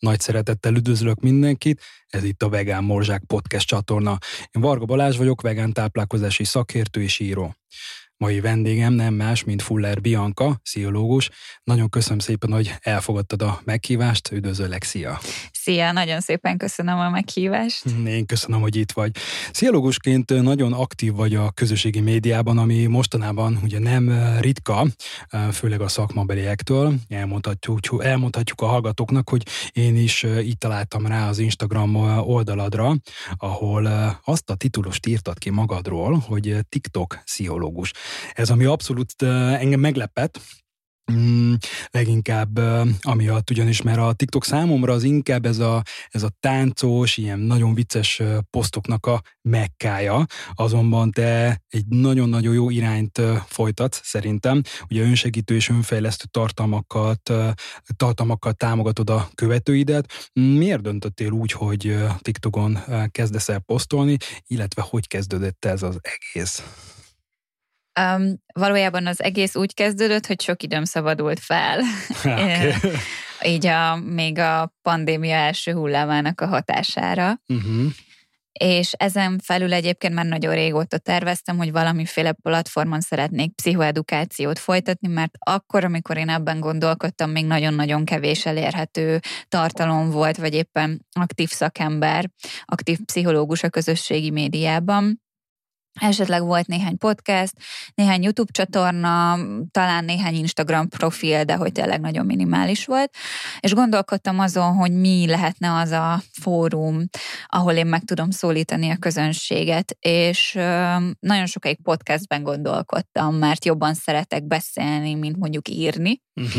Nagy szeretettel üdvözlök mindenkit, ez itt a Vegán Morzsák Podcast csatorna. Én Varga Balázs vagyok, vegán táplálkozási szakértő és író. Mai vendégem nem más, mint Fuller Bianca, pszichológus. Nagyon köszönöm szépen, hogy elfogadtad a meghívást. Üdvözöllek, szia! Szia, nagyon szépen köszönöm a meghívást. Én köszönöm, hogy itt vagy. Pszichológusként nagyon aktív vagy a közösségi médiában, ami mostanában ugye nem ritka, főleg a szakmabeliektől. Elmondhatjuk a hallgatóknak, hogy én is így találtam rá az Instagram oldaladra, ahol azt a titulust írtad ki magadról, hogy TikTok pszichológus. Ez, ami abszolút engem meglepett, leginkább amiatt ugyanis, mert a TikTok számomra az inkább ez a táncos, ilyen nagyon vicces posztoknak a mekkája, azonban te egy nagyon-nagyon jó irányt folytatsz szerintem. Ugye önsegítő és önfejlesztő tartalmakkal támogatod a követőidet. Miért döntöttél úgy, hogy TikTokon kezdesz el posztolni, illetve hogy kezdődött ez az egész? Valójában az egész úgy kezdődött, hogy sok időm szabadult fel. Okay. Így még a pandémia első hullámának a hatására. És ezen felül egyébként már nagyon régóta terveztem, hogy valamiféle platformon szeretnék pszichoedukációt folytatni, mert akkor, amikor én ebben gondolkodtam, még nagyon-nagyon kevés elérhető tartalom volt, vagy éppen aktív szakember, aktív pszichológus a közösségi médiában. Esetleg volt néhány podcast, néhány YouTube csatorna, talán néhány Instagram profil, de hogy tényleg nagyon minimális volt. És gondolkodtam azon, hogy mi lehetne az a fórum, ahol én meg tudom szólítani a közönséget. És nagyon sokáig podcastben gondolkodtam, mert jobban szeretek beszélni, mint mondjuk írni.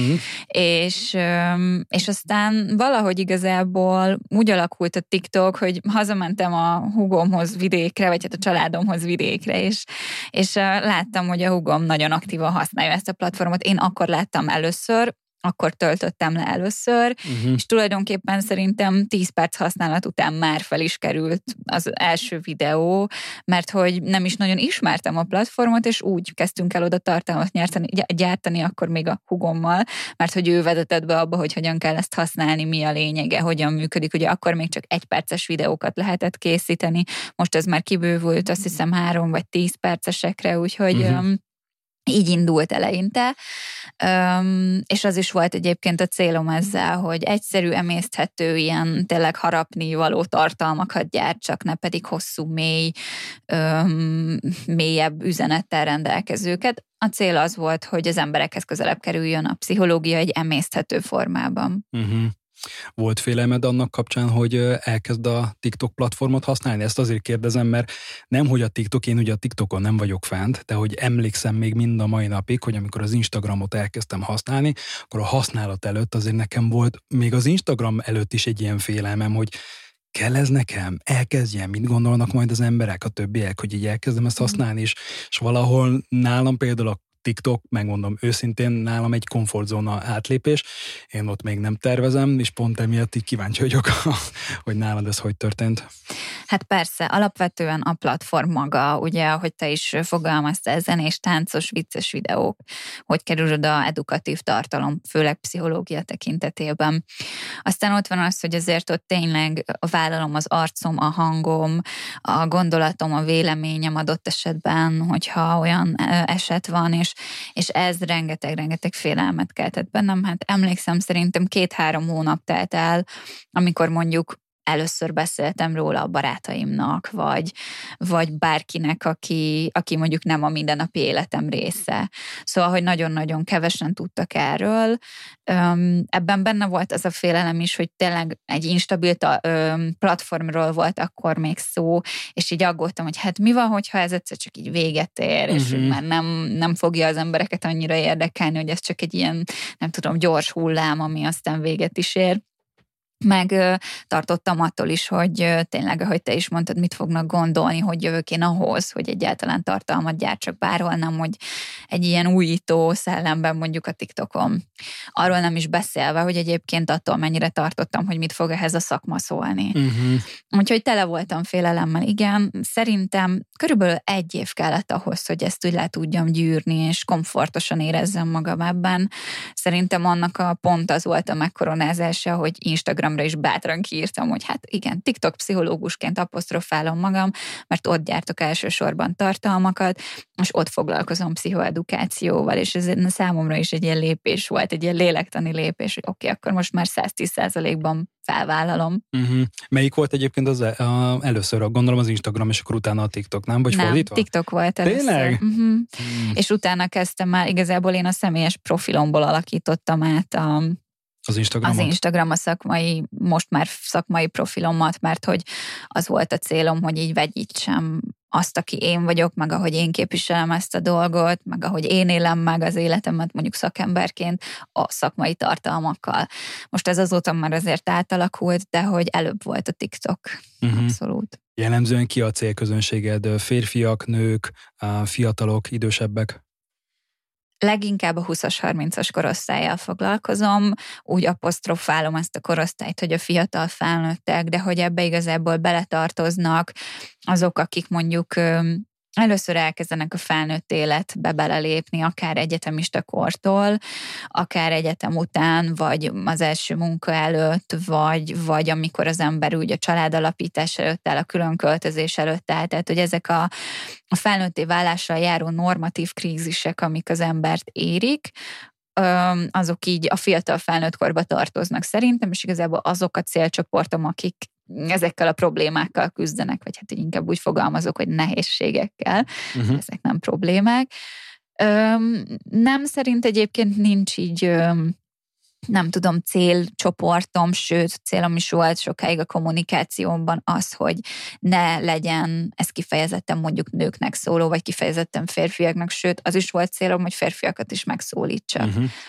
És aztán valahogy igazából úgy alakult a TikTok, hogy hazamentem a húgomhoz vidékre, vagy hát a családomhoz vidékre, és láttam, hogy a húgom nagyon aktívan használja ezt a platformot. Én akkor láttam először, akkor töltöttem le először, és tulajdonképpen szerintem 10 perc használat után már fel is került az első videó, mert hogy nem is nagyon ismertem a platformot, és úgy kezdtünk el oda tartalmat gyártani akkor még a húgommal, mert hogy ő vezetett be abba, hogy hogyan kell ezt használni, mi a lényege, hogyan működik. Ugye akkor még csak 1 perces videókat lehetett készíteni, most ez már kibővült, azt hiszem 3 vagy 10 percesekre, úgyhogy így indult eleinte, és az is volt egyébként a célom ezzel, hogy egyszerű, emészthető, ilyen tényleg harapni való tartalmakat gyártsak, ne pedig hosszú, mélyebb üzenettel rendelkezőket. A cél az volt, hogy az emberekhez közelebb kerüljön a pszichológia egy emészthető formában. Volt félelmed annak kapcsán, hogy elkezd a TikTok platformot használni? Ezt azért kérdezem, mert nem, hogy a TikTok, én ugye a TikTokon nem vagyok fent, de hogy emlékszem még mind a mai napig, hogy amikor az Instagramot elkezdtem használni, akkor a használat előtt azért nekem volt, még az Instagram előtt is egy ilyen félelmem, hogy kell ez nekem? Elkezdjem? Mit gondolnak majd az emberek, a többiek, hogy így elkezdem ezt használni, és valahol nálam például a TikTok, megmondom őszintén, nálam egy komfortzóna átlépés. Én ott még nem tervezem, és pont emiatt így kíváncsi vagyok, hogy nálad ez hogy történt. Hát persze, alapvetően a platform maga, ugye, ahogy te is fogalmaztál, zenés, táncos, vicces videók, hogy kerül oda edukatív tartalom, főleg pszichológia tekintetében. Aztán ott van az, hogy azért ott tényleg vállalom az arcom, a hangom, a gondolatom, a véleményem adott esetben, hogyha olyan eset van, és ez rengeteg félelmet keltett bennem. Hát emlékszem, szerintem 2-3 hónap telt el, amikor mondjuk először beszéltem róla a barátaimnak, vagy bárkinek, aki mondjuk nem a mindennapi életem része. Szóval, hogy nagyon-nagyon kevesen tudtak erről. Ebben benne volt az a félelem is, hogy tényleg egy instabil platformról volt akkor még szó, és így aggódtam, hogy hát mi van, hogyha ez egyszer csak így véget ér, és már nem fogja az embereket annyira érdekelni, hogy ez csak egy ilyen, nem tudom, gyors hullám, ami aztán véget is ér. Meg tartottam attól is, hogy tényleg, ahogy te is mondtad, mit fognak gondolni, hogy jövök én ahhoz, hogy egyáltalán tartalmat gyártsak bárhol, nem, hogy egy ilyen újító szellemben mondjuk a TikTokon. Arról nem is beszélve, hogy egyébként attól mennyire tartottam, hogy mit fog ehhez a szakma szólni. Úgyhogy tele voltam félelemmel, igen. Szerintem körülbelül 1 év kellett ahhoz, hogy ezt úgy le tudjam gyűrni, és komfortosan érezzem magam ebben. Szerintem annak a pont az volt a megkoronázása, hogy Instagram Instagramra is bátran kiírtam, hogy hát igen, TikTok pszichológusként apostrofálom magam, mert ott gyártok elsősorban tartalmakat, és ott foglalkozom pszichoedukációval, és ez számomra is egy ilyen lépés volt, egy ilyen lélektani lépés, hogy oké, akkor most már 110%-ban felvállalom. Melyik volt egyébként az először? Gondolom az Instagram, és akkor utána a TikTok, nem? Vagy fordítva? TikTok volt először. Tényleg? És utána kezdtem már, igazából én a személyes profilomból alakítottam át az Instagram a szakmai, most már szakmai profilomat, mert hogy az volt a célom, hogy így vegyítsem azt, aki én vagyok, meg ahogy én képviselem ezt a dolgot, meg ahogy én élem meg az életemet mondjuk szakemberként a szakmai tartalmakkal. Most ez azóta már azért átalakult, de hogy előbb volt a TikTok. Abszolút. Jellemzően ki a célközönséged? Férfiak, nők, fiatalok, idősebbek? Leginkább a 20-as, 30-as korosztállyal foglalkozom, úgy apostrofálom ezt a korosztályt, hogy a fiatal felnőttek, de hogy ebbe igazából beletartoznak azok, akik mondjuk először elkezdenek a felnőtt életbe belelépni, akár egyetemista kortól, akár egyetem után, vagy az első munka előtt, vagy amikor az ember úgy a családalapítás előtt áll, a külön költözés előtt áll. Tehát, hogy ezek a felnőtté válással járó normatív krízisek, amik az embert érik, azok így a fiatal felnőtt korba tartoznak szerintem, és igazából azok a célcsoportom, akik ezekkel a problémákkal küzdenek, vagy hát inkább úgy fogalmazok, hogy nehézségekkel, ezek nem problémák. Nem, szerint egyébként nincs így, nem tudom, célcsoportom, sőt, célom is volt sokáig a kommunikációmban az, hogy ne legyen ez kifejezetten mondjuk nőknek szóló, vagy kifejezetten férfiaknak, sőt, az is volt célom, hogy férfiakat is megszólítsak.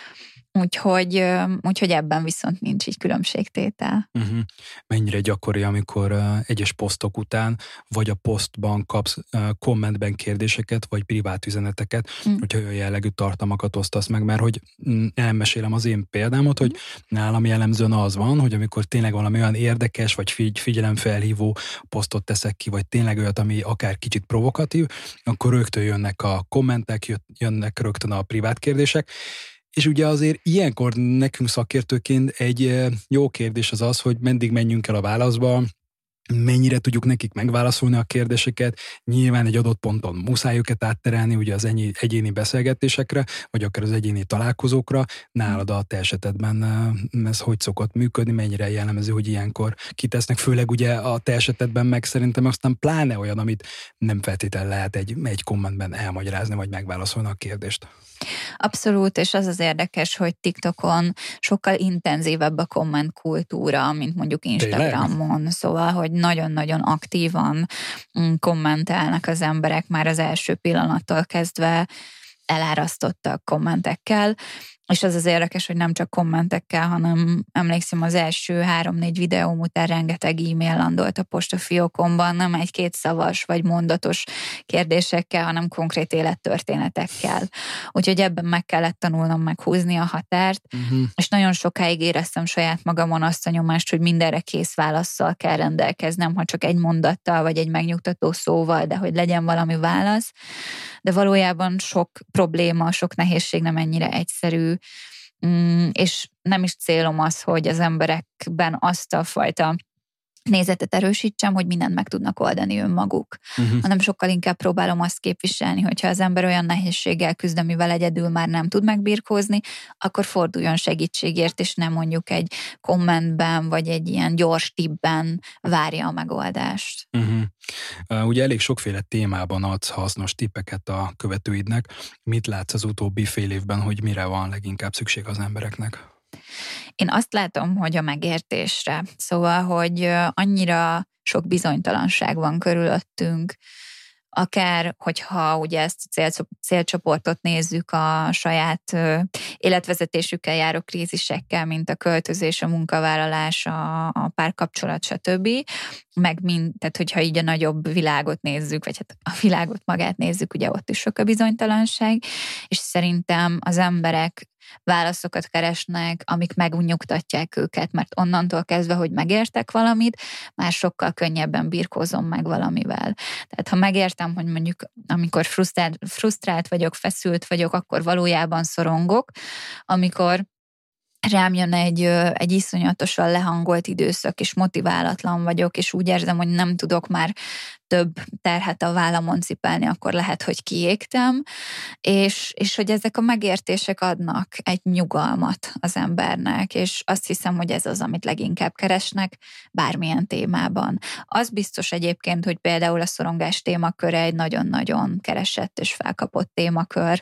Úgyhogy ebben viszont nincs így különbségtétel. Mennyire gyakori, amikor egyes posztok után, vagy a posztban kapsz kommentben kérdéseket, vagy privát üzeneteket, hogyha olyan jellegű tartalmakat osztasz meg, mert hogy elmesélem az én példámot, hogy nálam jellemzően az van, hogy amikor tényleg valami olyan érdekes, vagy figyelemfelhívó posztot teszek ki, vagy tényleg olyat, ami akár kicsit provokatív, akkor rögtön jönnek a kommentek, jönnek rögtön a privát kérdések. És ugye azért ilyenkor nekünk szakértőként egy jó kérdés az, hogy meddig menjünk el a válaszba, mennyire tudjuk nekik megválaszolni a kérdéseket, nyilván egy adott ponton muszáj őket átterelni ugye az egyéni beszélgetésekre, vagy akár az egyéni találkozókra. Nálad a te esetedben ez hogy szokott működni, mennyire jellemző, hogy ilyenkor kitesznek, főleg ugye a te esetedben meg szerintem aztán pláne olyan, amit nem feltétlenül lehet egy kommentben elmagyarázni, vagy megválaszolni a kérdést. Abszolút, és az érdekes, hogy TikTokon sokkal intenzívebb a kommentkultúra, mint mondjuk Instagramon. Tényleg? Szóval, hogy nagyon-nagyon aktívan kommentelnek az emberek már az első pillanattól kezdve elárasztottak kommentekkel, és az érdekes, hogy nem csak kommentekkel, hanem emlékszem az első 3-4 videóm után rengeteg e-mail landolt a postafiókomban, nem egy-két szavas vagy mondatos kérdésekkel, hanem konkrét élettörténetekkel. Úgyhogy ebben meg kellett tanulnom meghúzni a határt, és nagyon sokáig éreztem saját magamon azt a nyomást, hogy mindenre kész válasszal kell rendelkeznem, ha csak egy mondattal vagy egy megnyugtató szóval, de hogy legyen valami válasz. De valójában sok probléma, sok nehézség nem ennyire egyszerű, és nem is célom az, hogy az emberekben azt a fajta nézetet erősítsem, hogy mindent meg tudnak oldani önmaguk, hanem sokkal inkább próbálom azt képviselni, hogyha az ember olyan nehézséggel küzd, amivel egyedül már nem tud megbirkózni, akkor forduljon segítségért, és nem mondjuk egy kommentben, vagy egy ilyen gyors tippben várja a megoldást. Ugye elég sokféle témában adsz hasznos tippeket a követőidnek. Mit látsz az utóbbi fél évben, hogy mire van leginkább szükség az embereknek? Én azt látom, hogy a megértésre. Szóval, hogy annyira sok bizonytalanság van körülöttünk, akár, hogyha ugye ezt a célcsoportot nézzük a saját életvezetésükkel járó krízisekkel, mint a költözés, a munkavállalás, a párkapcsolat, stb. Tehát hogyha így a nagyobb világot nézzük, vagy hát a világot magát nézzük, ugye ott is sok a bizonytalanság, és szerintem az emberek válaszokat keresnek, amik megnyugtatják őket, mert onnantól kezdve, hogy megértek valamit, már sokkal könnyebben birkózom meg valamivel. Tehát ha megértem, hogy mondjuk amikor frusztrált vagyok, feszült vagyok, akkor valójában szorongok, amikor rám jön egy iszonyatosan lehangolt időszak, és motiválatlan vagyok, és úgy érzem, hogy nem tudok már több terhet a vállamon cipelni, akkor lehet, hogy kiégtem, és hogy ezek a megértések adnak egy nyugalmat az embernek, és azt hiszem, hogy ez az, amit leginkább keresnek bármilyen témában. Az biztos egyébként, hogy például a szorongás témaköre egy nagyon-nagyon keresett és felkapott témakör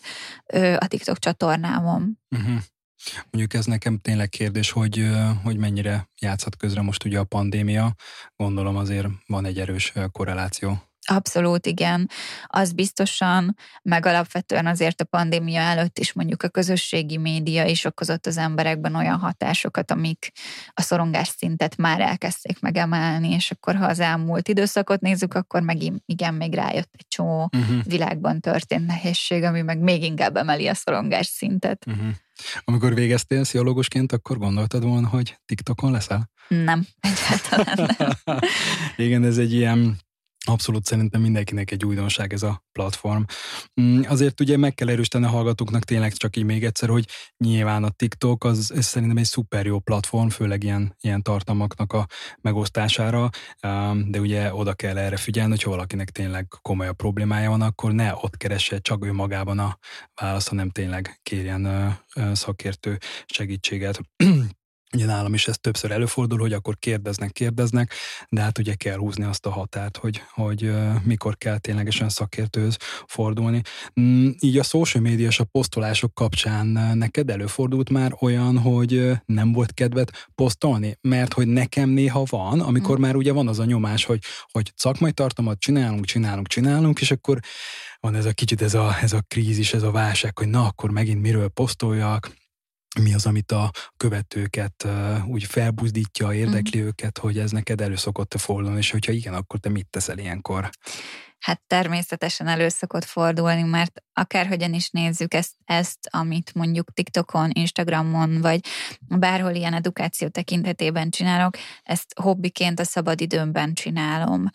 a TikTok csatornámon. Uh-huh. Mondjuk ez nekem tényleg kérdés, hogy mennyire játszhat közre most ugye a pandémia. Gondolom azért van egy erős korreláció. Abszolút, igen. Az biztosan, meg alapvetően azért a pandémia előtt is mondjuk a közösségi média is okozott az emberekben olyan hatásokat, amik a szorongás szintet már elkezdték megemelni, és akkor ha az elmúlt időszakot nézzük, akkor megint igen, még rájött egy csomó világban történt nehézség, ami meg még inkább emeli a szorongás szintet. Amikor végeztél pszichológusként, akkor gondoltad volna, hogy TikTokon leszel? Nem, egyáltalán nem. Igen, ez egy ilyen abszolút szerintem mindenkinek egy újdonság ez a platform. Azért ugye meg kell erősíteni a hallgatóknak tényleg csak így még egyszer, hogy nyilván a TikTok az szerintem egy szuper jó platform, főleg ilyen tartalmaknak a megosztására, de ugye oda kell erre figyelni, hogyha valakinek tényleg komoly a problémája van, akkor ne ott keresse csak önmagában a választ, hanem tényleg kérjen szakértő segítséget. Ugye nálam is ez többször előfordul, hogy akkor kérdeznek, de hát ugye kell húzni azt a határt, hogy mikor kell ténylegesen szakértőhöz fordulni. Így a social media és a posztolások kapcsán neked előfordult már olyan, hogy nem volt kedved posztolni? Mert hogy nekem néha van, amikor már ugye van az a nyomás, hogy szakmai tartalmat csinálunk, és akkor van ez a kicsit ez a krízis, ez a válság, hogy na akkor megint miről posztoljak, mi az, amit a követőket úgy felbuzdítja, érdekli őket, hogy ez neked elő szokott fordulni, és hogyha igen, akkor te mit teszel ilyenkor? Hát természetesen elő szokott fordulni, mert akárhogyan is nézzük ezt, amit mondjuk TikTokon, Instagramon, vagy bárhol ilyen edukáció tekintetében csinálok, ezt hobbiként a szabadidőmben csinálom.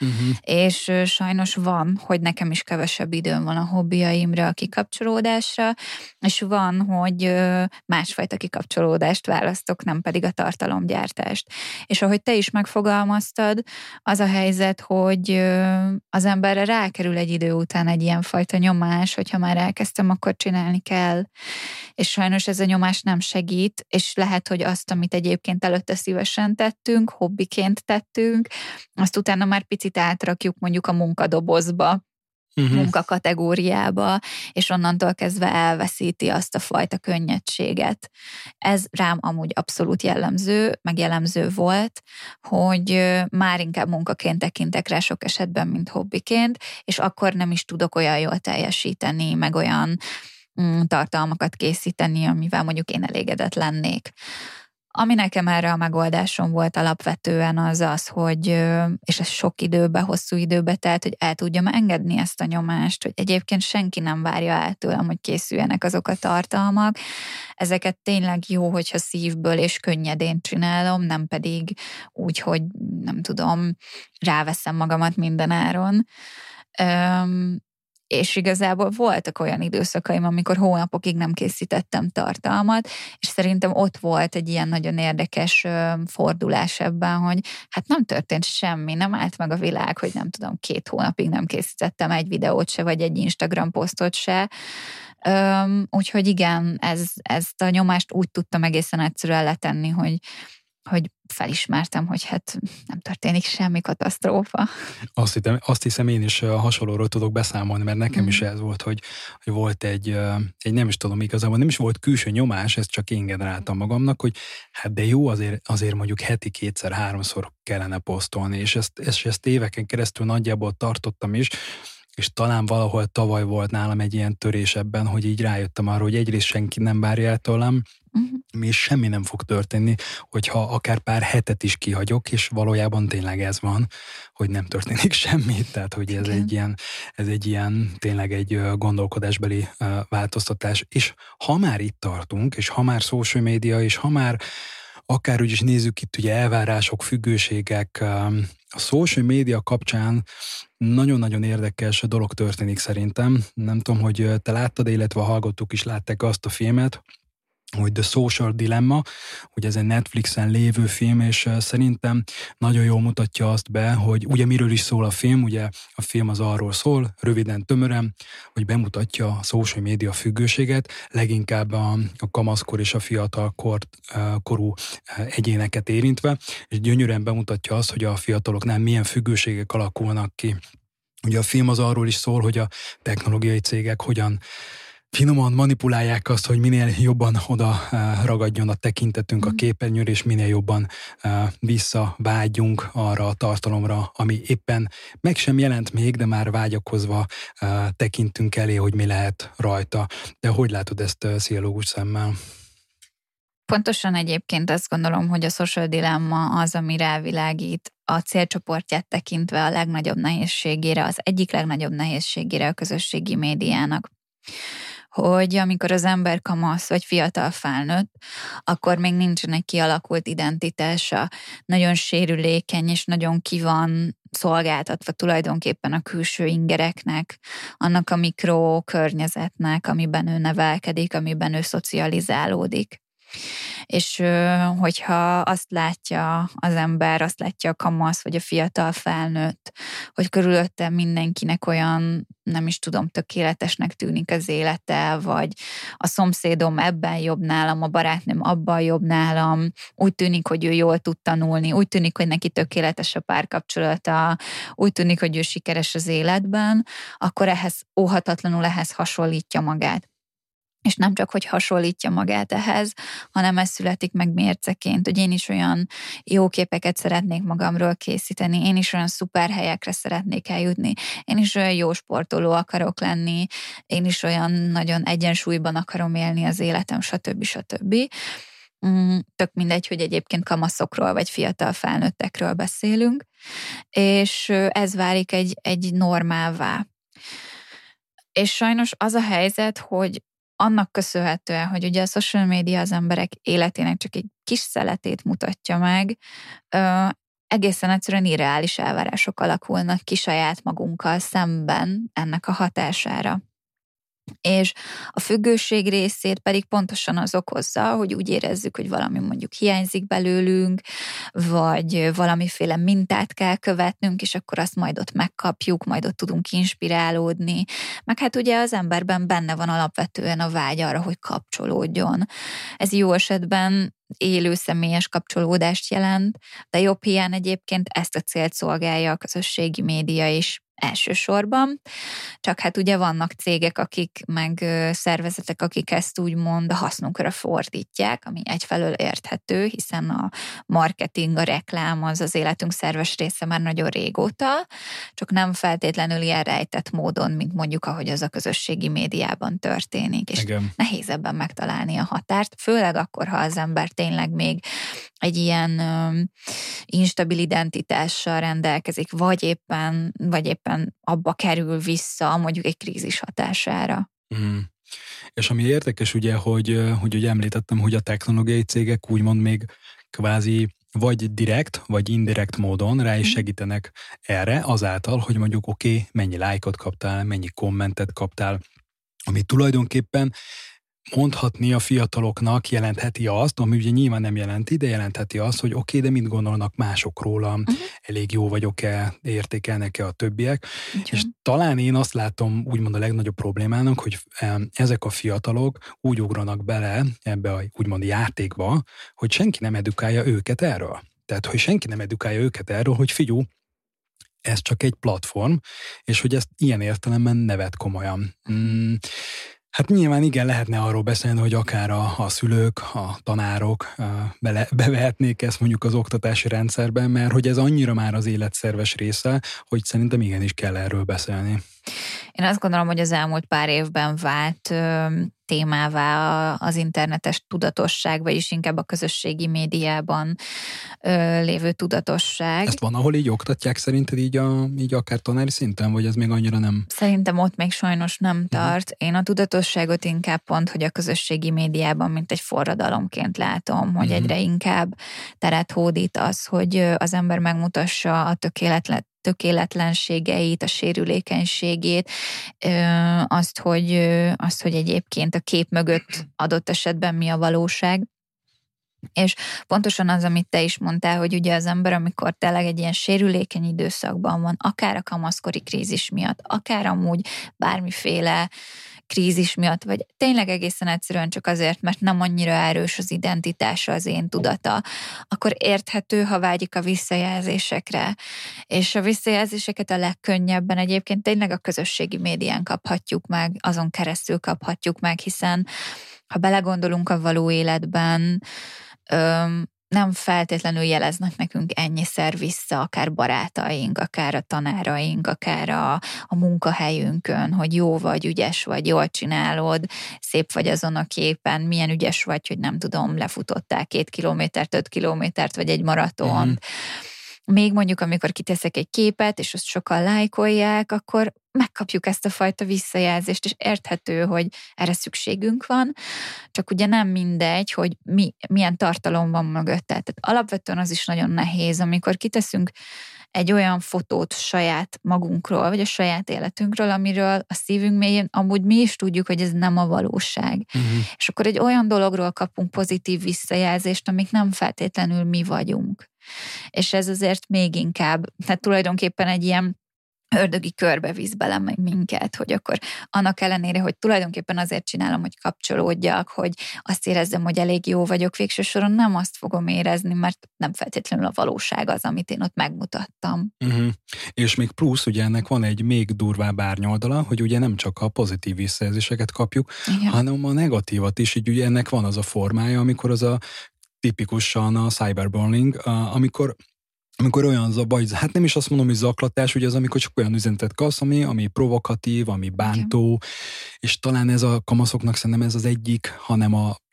És sajnos van, hogy nekem is kevesebb időm van a hobbiaimra, a kikapcsolódásra, és van, hogy másfajta kikapcsolódást választok, nem pedig a tartalomgyártást. És ahogy te is megfogalmaztad, az a helyzet, hogy az emberre rákerül egy idő után egy ilyen fajta nyomás, hogyha már elkezdtem, akkor csinálni kell. És sajnos ez a nyomás nem segít, és lehet, hogy azt, amit egyébként előtte szívesen tettünk, hobbiként tettünk, azt utána már picit átrakjuk mondjuk a munkadobozba, munkakategóriába, és onnantól kezdve elveszíti azt a fajta könnyedséget. Ez rám amúgy abszolút jellemző, meg jellemző volt, hogy már inkább munkaként tekintek rá sok esetben, mint hobbiként, és akkor nem is tudok olyan jól teljesíteni, meg olyan tartalmakat készíteni, amivel mondjuk én elégedett lennék. Ami nekem erre a megoldásom volt alapvetően az, hogy, és ez sok időbe, hosszú időbe telt, hogy el tudjam engedni ezt a nyomást, hogy egyébként senki nem várja el tőlem, hogy készüljenek azok a tartalmak. Ezeket tényleg jó, hogyha szívből és könnyedén csinálom, nem pedig úgy, hogy nem tudom, ráveszem magamat mindenáron. És igazából voltak olyan időszakaim, amikor hónapokig nem készítettem tartalmat, és szerintem ott volt egy ilyen nagyon érdekes fordulás ebben, hogy hát nem történt semmi, nem állt meg a világ, hogy nem tudom, 2 hónapig nem készítettem egy videót se, vagy egy Instagram posztot se. Úgyhogy igen, ezt a nyomást úgy tudtam egészen egyszerűen letenni, hogy felismertem, hogy hát nem történik semmi katasztrófa. Azt hiszem én is hasonlóról tudok beszámolni, mert nekem is ez volt, hogy volt egy nem is tudom igazából, nem is volt külső nyomás, ezt csak én generáltam magamnak, hogy hát de jó, azért mondjuk heti 2-3-szor kellene posztolni, és ezt éveken keresztül nagyjából tartottam is, és talán valahol tavaly volt nálam egy ilyen törés ebben, hogy így rájöttem arra, hogy egyrészt senki nem várja el tőlem, és semmi nem fog történni, hogyha akár pár hetet is kihagyok, és valójában tényleg ez van, hogy nem történik semmi, tehát hogy ez egy ilyen tényleg egy gondolkodásbeli változtatás, és ha már itt tartunk, és ha már social media, és ha már akár úgy is nézzük itt ugye elvárások, függőségek, a social média kapcsán nagyon-nagyon érdekes dolog történik szerintem. Nem tudom, hogy te láttad, illetve a hallgatók is látták azt a filmet, hogy The Social Dilemma, hogy ez egy Netflixen lévő film, és szerintem nagyon jól mutatja azt be, hogy ugye miről is szól a film, ugye a film az arról szól, röviden, tömören, hogy bemutatja a social média függőséget, leginkább a kamaszkor és a fiatal korú egyéneket érintve, és gyönyörűen bemutatja azt, hogy a fiataloknál milyen függőségek alakulnak ki. Ugye a film az arról is szól, hogy a technológiai cégek hogyan finoman manipulálják azt, hogy minél jobban oda ragadjon a tekintetünk a képernyőre, és minél jobban visszavágyjunk arra a tartalomra, ami éppen meg sem jelent még, de már vágyakozva tekintünk elé, hogy mi lehet rajta. De hogy látod ezt pszichológus szemmel? Pontosan egyébként azt gondolom, hogy a Social Dilemma az, ami rávilágít a célcsoportját tekintve a legnagyobb nehézségére, az egyik legnagyobb nehézségére a közösségi médiának. Hogy amikor az ember kamasz vagy fiatal felnőtt, akkor még nincsen egy kialakult identitása, nagyon sérülékeny és nagyon ki van szolgáltatva tulajdonképpen a külső ingereknek, annak a mikrokörnyezetnek, amiben ő nevelkedik, amiben ő szocializálódik. És hogyha azt látja az ember, azt látja a kamasz vagy a fiatal felnőtt, hogy körülötte mindenkinek olyan, nem is tudom, tökéletesnek tűnik az élete, vagy a szomszédom ebben jobb nálam, a barátnőm abban jobb nálam, úgy tűnik, hogy ő jól tud tanulni, úgy tűnik, hogy neki tökéletes a párkapcsolata, úgy tűnik, hogy ő sikeres az életben, akkor óhatatlanul ehhez hasonlítja magát. És nem csak, hogy hasonlítja magát ehhez, hanem ez születik meg mérceként, hogy én is olyan jó képeket szeretnék magamról készíteni, én is olyan szuper helyekre szeretnék eljutni, én is olyan jó sportoló akarok lenni, én is olyan nagyon egyensúlyban akarom élni az életem, stb. Tök mindegy, hogy egyébként kamaszokról vagy fiatal felnőttekről beszélünk, és ez válik egy normává. És sajnos az a helyzet, hogy annak köszönhetően, hogy ugye a social media az emberek életének csak egy kis szeletét mutatja meg, egészen egyszerűen irreális elvárások alakulnak ki saját magunkkal szemben ennek a hatására. És a függőség részét pedig pontosan az okozza, hogy úgy érezzük, hogy valami mondjuk hiányzik belőlünk, vagy valamiféle mintát kell követnünk, és akkor azt majd ott megkapjuk, majd ott tudunk inspirálódni. Meg hát ugye az emberben benne van alapvetően a vágy arra, hogy kapcsolódjon. Ez jó esetben élő személyes kapcsolódást jelent, de jobb hiány egyébként ezt a célt szolgálja a közösségi média is elsősorban. Csak hát ugye vannak cégek, akik meg szervezetek, akik ezt úgymond a hasznunkra fordítják, ami egyfelől érthető, hiszen a marketing, a reklám az életünk szerves része már nagyon régóta, csak nem feltétlenül ilyen rejtett módon, mint mondjuk ahogy az a közösségi médiában történik. És igen, nehéz ebben megtalálni a határt, főleg akkor, ha az ember tényleg még egy ilyen instabil identitással rendelkezik, vagy éppen abba kerül vissza mondjuk egy krízis hatására. És ami érdekes ugye, hogy említettem, hogy a technológiai cégek úgymond még kvázi vagy direkt, vagy indirekt módon rá is segítenek erre, azáltal, hogy mondjuk mennyi lájkot kaptál, mennyi kommentet kaptál, ami tulajdonképpen mondhatni a fiataloknak jelentheti azt, ami ugye nyilván nem jelenti, de jelentheti azt, hogy de mit gondolnak mások rólam, elég jó vagyok-e, értékelnek-e a többiek. És talán én azt látom úgymond a legnagyobb problémának, hogy ezek a fiatalok úgy ugranak bele ebbe a úgymond játékba, hogy senki nem edukálja őket erről. Tehát, hogy senki nem edukálja őket erről, hogy figyelj, ez csak egy platform, és hogy ezt ilyen értelemben ne vedd komolyan. Hát nyilván igen, lehetne arról beszélni, hogy akár a szülők, a tanárok bevehetnék ezt mondjuk az oktatási rendszerben, mert hogy ez annyira már az élet szerves része, hogy szerintem igenis kell erről beszélni. Én azt gondolom, hogy az elmúlt pár évben vált témává az internetes tudatosság, vagyis inkább a közösségi médiában lévő tudatosság. Ezt van, ahol így oktatják szerinted így akár tanári szinten, vagy ez még annyira nem? Szerintem ott még sajnos nem tart. Én a tudatosságot inkább pont, hogy a közösségi médiában mint egy forradalomként látom, hogy egyre inkább teret hódít az, hogy az ember megmutassa a tökéletlenségeit, a sérülékenységét, azt, hogy egyébként a kép mögött adott esetben mi a valóság. És pontosan az, amit te is mondtál, hogy ugye az ember, amikor tényleg egy ilyen sérülékeny időszakban van, akár a kamaszkori krízis miatt, akár amúgy bármiféle krízis miatt, vagy tényleg egészen egyszerűen csak azért, mert nem annyira erős az identitása, az én tudata, akkor érthető, ha vágyik a visszajelzésekre. És a visszajelzéseket a legkönnyebben egyébként tényleg a közösségi médián kaphatjuk meg, azon keresztül kaphatjuk meg, hiszen ha belegondolunk a való életben, nem feltétlenül jeleznek nekünk ennyiszer vissza, akár barátaink, akár a tanáraink, akár a munkahelyünkön, hogy jó vagy, ügyes vagy, jól csinálod, szép vagy azon a képen, milyen ügyes vagy, hogy nem tudom, lefutottál 2 kilométert, 5 kilométert, vagy egy maratont. Még mondjuk, amikor kiteszek egy képet, és azt sokan lájkolják, akkor megkapjuk ezt a fajta visszajelzést, és érthető, hogy erre szükségünk van, csak ugye nem mindegy, hogy milyen tartalom van mögötte. Tehát alapvetően az is nagyon nehéz, amikor kiteszünk egy olyan fotót saját magunkról, vagy a saját életünkről, amiről a szívünk mélyén amúgy mi is tudjuk, hogy ez nem a valóság. És akkor egy olyan dologról kapunk pozitív visszajelzést, amik nem feltétlenül mi vagyunk. És ez azért még inkább, tehát tulajdonképpen egy ilyen ördögi körbe visz bele minket, hogy akkor annak ellenére, hogy tulajdonképpen azért csinálom, hogy kapcsolódjak, hogy azt érezzem, hogy elég jó vagyok, végső soron nem azt fogom érezni, mert nem feltétlenül a valóság az, amit én ott megmutattam. És még plusz, ugye ennek van egy még durvább árnyoldala, hogy ugye nem csak a pozitív visszajelzéseket kapjuk, hanem a negatívat is, így ugye ennek van az a formája, amikor az a tipikusan a cyberbullying, amikor olyan vagy, hát nem is azt mondom, hogy zaklatás, ugye az, amikor csak olyan üzenetet kapsz, ami provokatív, ami bántó, és talán ez a kamaszoknak szerintem ez az egyik, hanem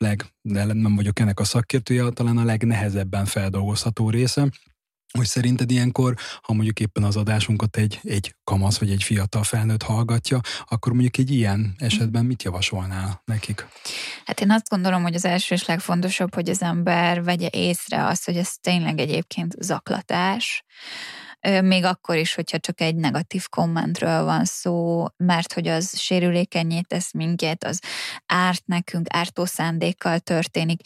de nem vagyok ennek a szakértője, talán a legnehezebben feldolgozható része, hogy szerinted ilyenkor, ha mondjuk éppen az adásunkat egy kamasz vagy egy fiatal felnőtt hallgatja, akkor mondjuk egy ilyen esetben mit javasolnál nekik? Hát én azt gondolom, hogy az első és legfontosabb, hogy az ember vegye észre azt, hogy ez tényleg egyébként zaklatás, még akkor is, hogyha csak egy negatív kommentről van szó, mert hogy az sérülékennyé tesz minket, az árt nekünk, ártó szándékkal történik.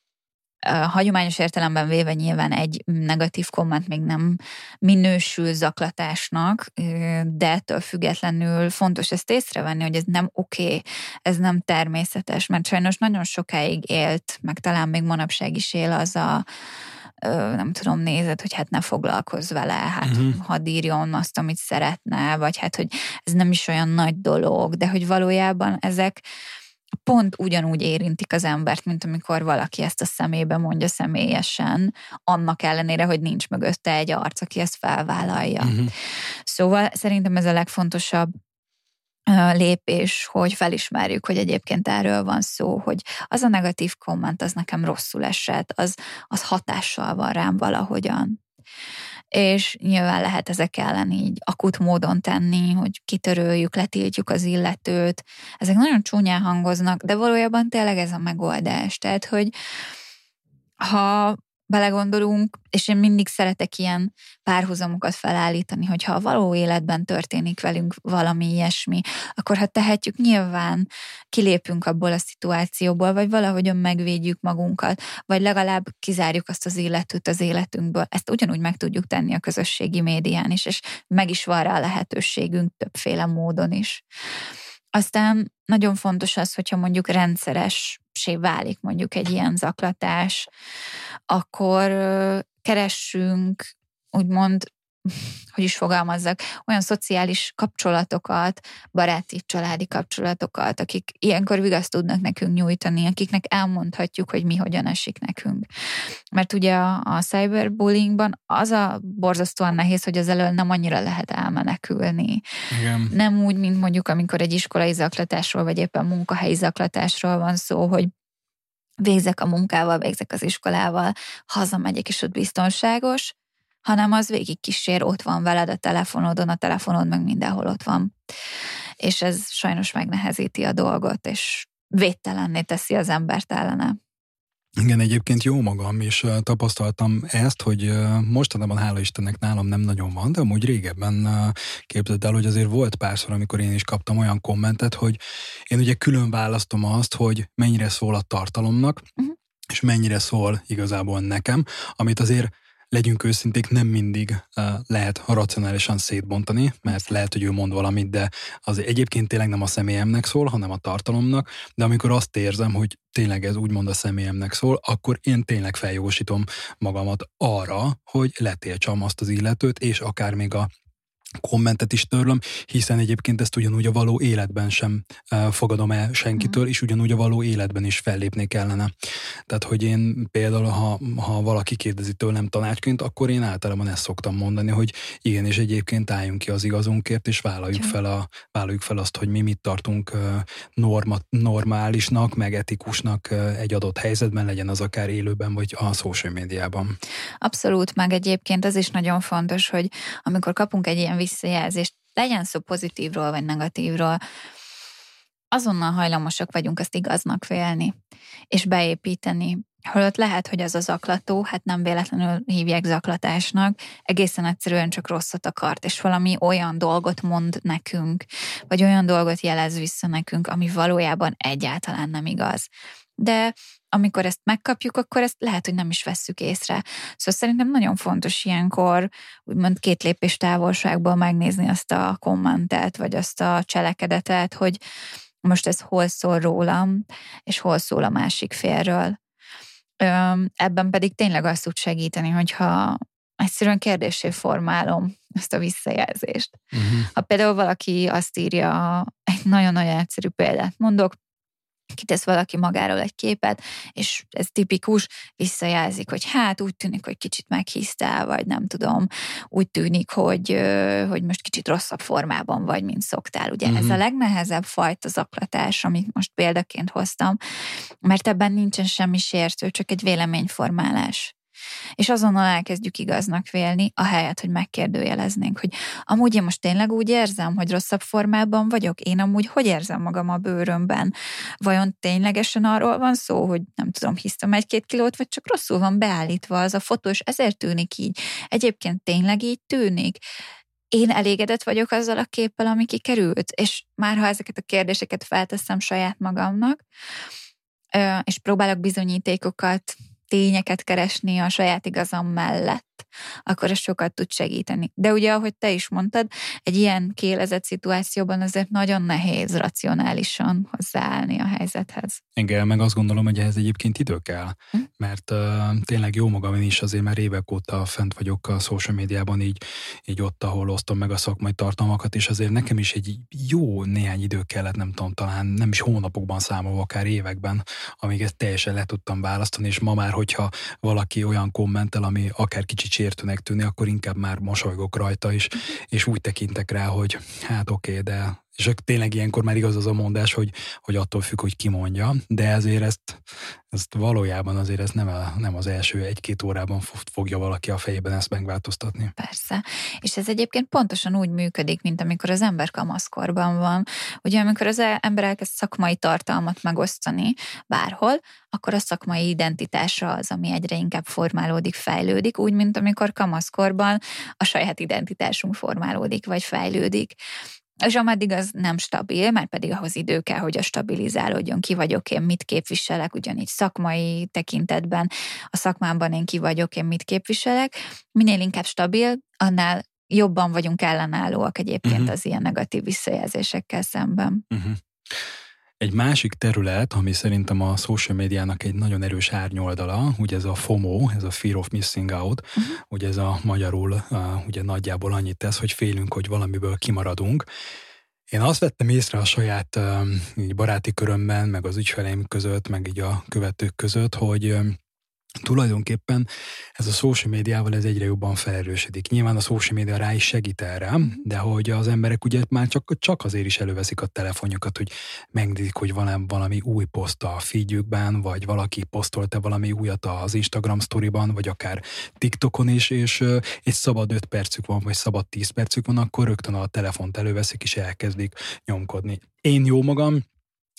Hagyományos értelemben véve nyilván egy negatív komment még nem minősül zaklatásnak, de ettől függetlenül fontos ezt észrevenni, hogy ez nem oké, ez nem természetes, mert sajnos nagyon sokáig élt, meg talán még manapság is él az a nem tudom, nézed, hogy hát ne foglalkozz vele, hát hadd írjon azt, amit szeretne, vagy hát, hogy ez nem is olyan nagy dolog, de hogy valójában ezek pont ugyanúgy érintik az embert, mint amikor valaki ezt a szemébe mondja személyesen, annak ellenére, hogy nincs mögötte egy arc, aki ezt felvállalja. Szóval szerintem ez a legfontosabb lépés, hogy felismerjük, hogy egyébként erről van szó, hogy az a negatív komment, az nekem rosszul esett, az hatással van rám valahogyan. És nyilván lehet ezek ellen így akut módon tenni, hogy kitöröljük, letiltjuk az illetőt. Ezek nagyon csúnyán hangoznak, de valójában tényleg ez a megoldás. Tehát, hogy ha belegondolunk, és én mindig szeretek ilyen párhuzamokat felállítani, hogyha a való életben történik velünk valami ilyesmi, akkor ha tehetjük, nyilván kilépünk abból a szituációból, vagy valahogyan megvédjük magunkat, vagy legalább kizárjuk azt az illetőt az életünkből. Ezt ugyanúgy meg tudjuk tenni a közösségi médián is, és meg is van rá a lehetőségünk többféle módon is. Aztán nagyon fontos az, hogyha mondjuk rendszeressé válik mondjuk egy ilyen zaklatás, akkor keressünk, úgymond, hogy is fogalmazzak, olyan szociális kapcsolatokat, baráti, családi kapcsolatokat, akik ilyenkor vigaszt tudnak nekünk nyújtani, akiknek elmondhatjuk, hogy mi hogyan esik nekünk. Mert ugye a cyberbullyingban az a borzasztóan nehéz, hogy az elől nem annyira lehet elmenekülni. Igen. Nem úgy, mint mondjuk, amikor egy iskolai zaklatásról, vagy éppen munkahelyi zaklatásról van szó, hogy végzek a munkával, végzek az iskolával, hazamegyek, és ott biztonságos, hanem az végig kísér, ott van veled a telefonodon, a telefonod meg mindenhol ott van. És ez sajnos megnehezíti a dolgot, és védtelenné teszi az embert ellene. Igen, egyébként jó magam, és tapasztaltam ezt, hogy mostanában hála Istennek nálam nem nagyon van, de amúgy régebben képzeld el, hogy azért volt párszor, amikor én is kaptam olyan kommentet, hogy én ugye külön választom azt, hogy mennyire szól a tartalomnak, és mennyire szól igazából nekem, amit azért legyünk őszinték, nem mindig lehet racionálisan szétbontani, mert lehet, hogy ő mond valamit, de az egyébként tényleg nem a személyemnek szól, hanem a tartalomnak, de amikor azt érzem, hogy tényleg ez úgymond a személyemnek szól, akkor én tényleg feljogosítom magamat arra, hogy letiltsam azt az illetőt, és akár még a kommentet is törlöm, hiszen egyébként ezt ugyanúgy a való életben sem fogadom el senkitől, és ugyanúgy a való életben is fellépni kellene. Tehát, hogy én például, ha valaki kérdezi tőlem tanácsként, akkor én általában ezt szoktam mondani, hogy igen, és egyébként álljunk ki az igazunkért, és vállaljuk fel azt, hogy mi mit tartunk normálisnak, meg etikusnak egy adott helyzetben, legyen az akár élőben, vagy a social médiában. Abszolút, meg egyébként az is nagyon fontos, hogy amikor kapunk egy ilyen visszajelzést, legyen szó pozitívról vagy negatívról, azonnal hajlamosak vagyunk azt igaznak vélni, és beépíteni. Holott lehet, hogy az a zaklató, hát nem véletlenül hívják zaklatásnak, egészen egyszerűen csak rosszat akart, és valami olyan dolgot mond nekünk, vagy olyan dolgot jelez vissza nekünk, ami valójában egyáltalán nem igaz. De amikor ezt megkapjuk, akkor ezt lehet, hogy nem is vesszük észre. Szóval szerintem nagyon fontos ilyenkor úgymond 2 lépés távolságból megnézni azt a kommentet, vagy azt a cselekedetet, hogy most ez hol szól rólam, és hol szól a másik félről. Ebben pedig tényleg azt tud segíteni, hogyha egyszerűen kérdéssé formálom ezt a visszajelzést. Ha például valaki azt írja, egy nagyon-nagyon egyszerű példát mondok, kitesz valaki magáról egy képet, és ez tipikus, visszajelzik, hogy hát úgy tűnik, hogy kicsit meghisztál, vagy nem tudom, úgy tűnik, hogy most kicsit rosszabb formában vagy, mint szoktál. Ugye ez a legnehezebb fajta zaklatás, amit most példaként hoztam, mert ebben nincsen semmi sértő, csak egy véleményformálás. És azonnal elkezdjük igaznak vélni, ahelyett, hogy megkérdőjeleznénk, hogy amúgy én most tényleg úgy érzem, hogy rosszabb formában vagyok, én amúgy hogy érzem magam a bőrömben? Vajon ténylegesen arról van szó, hogy nem tudom, hiszem 1-2 kilót, vagy csak rosszul van beállítva az a fotó, és ezért tűnik így. Egyébként tényleg így tűnik? Én elégedett vagyok azzal a képpel, ami kikerült, és már ha ezeket a kérdéseket felteszem saját magamnak, és próbálok bizonyítékokat, tényeket keresni a saját igazam mellett, akkor ez sokat tud segíteni. De ugye, ahogy te is mondtad, egy ilyen kiélezett szituációban azért nagyon nehéz racionálisan hozzáállni a helyzethez. Igen, meg azt gondolom, hogy ehhez egyébként idő kell, mert tényleg jó magam én is azért már évek óta fent vagyok a social médiában, így ott, ahol osztom meg a szakmai tartalmakat, és azért nekem is egy jó néhány idő kellett, nem tudom, talán nem is hónapokban számolva, akár években, amíg ezt teljesen le tudtam választani, és ma már, hogyha valaki olyan kommentel, ami akár kicsit sértőnek tűnik, akkor inkább már mosolygok rajta is, és úgy tekintek rá, hogy hát oké, de és tényleg ilyenkor már igaz az a mondás, hogy attól függ, hogy ki mondja, de ezért ezt valójában azért ezt nem az első 1-2 órában fogja valaki a fejében ezt megváltoztatni. Persze. És ez egyébként pontosan úgy működik, mint amikor az ember kamaszkorban van. Ugye amikor az ember elkezd szakmai tartalmat megosztani bárhol, akkor a szakmai identitása az, ami egyre inkább formálódik, fejlődik, úgy, mint amikor kamaszkorban a saját identitásunk formálódik, vagy fejlődik. És ameddig az nem stabil, mert pedig ahhoz idő kell, hogy a stabilizálódjon, ki vagyok én, mit képviselek, ugyanígy szakmai tekintetben, a szakmámban én ki vagyok, én mit képviselek. Minél inkább stabil, annál jobban vagyunk ellenállóak egyébként az ilyen negatív visszajelzésekkel szemben. Egy másik terület, ami szerintem a social médiának egy nagyon erős árnyoldala, ugye ez a FOMO, ez a Fear of Missing Out, ugye ez a magyarul ugye nagyjából annyit tesz, hogy félünk, hogy valamiből kimaradunk. Én azt vettem észre a saját így baráti körömben, meg az ügyfeleim között, meg így a követők között, hogy tulajdonképpen ez a social médiával ez egyre jobban felerősödik. Nyilván a social média rá is segít erre, de hogy az emberek ugye már csak azért is előveszik a telefonjukat, hogy megnézik, hogy valami új poszt a feedjükben, vagy valaki posztolta valami újat az Instagram sztoriban, vagy akár TikTokon is, és egy szabad 5 percük van, vagy szabad 10 percük van, akkor rögtön a telefont előveszik, és elkezdik nyomkodni. Én jó magam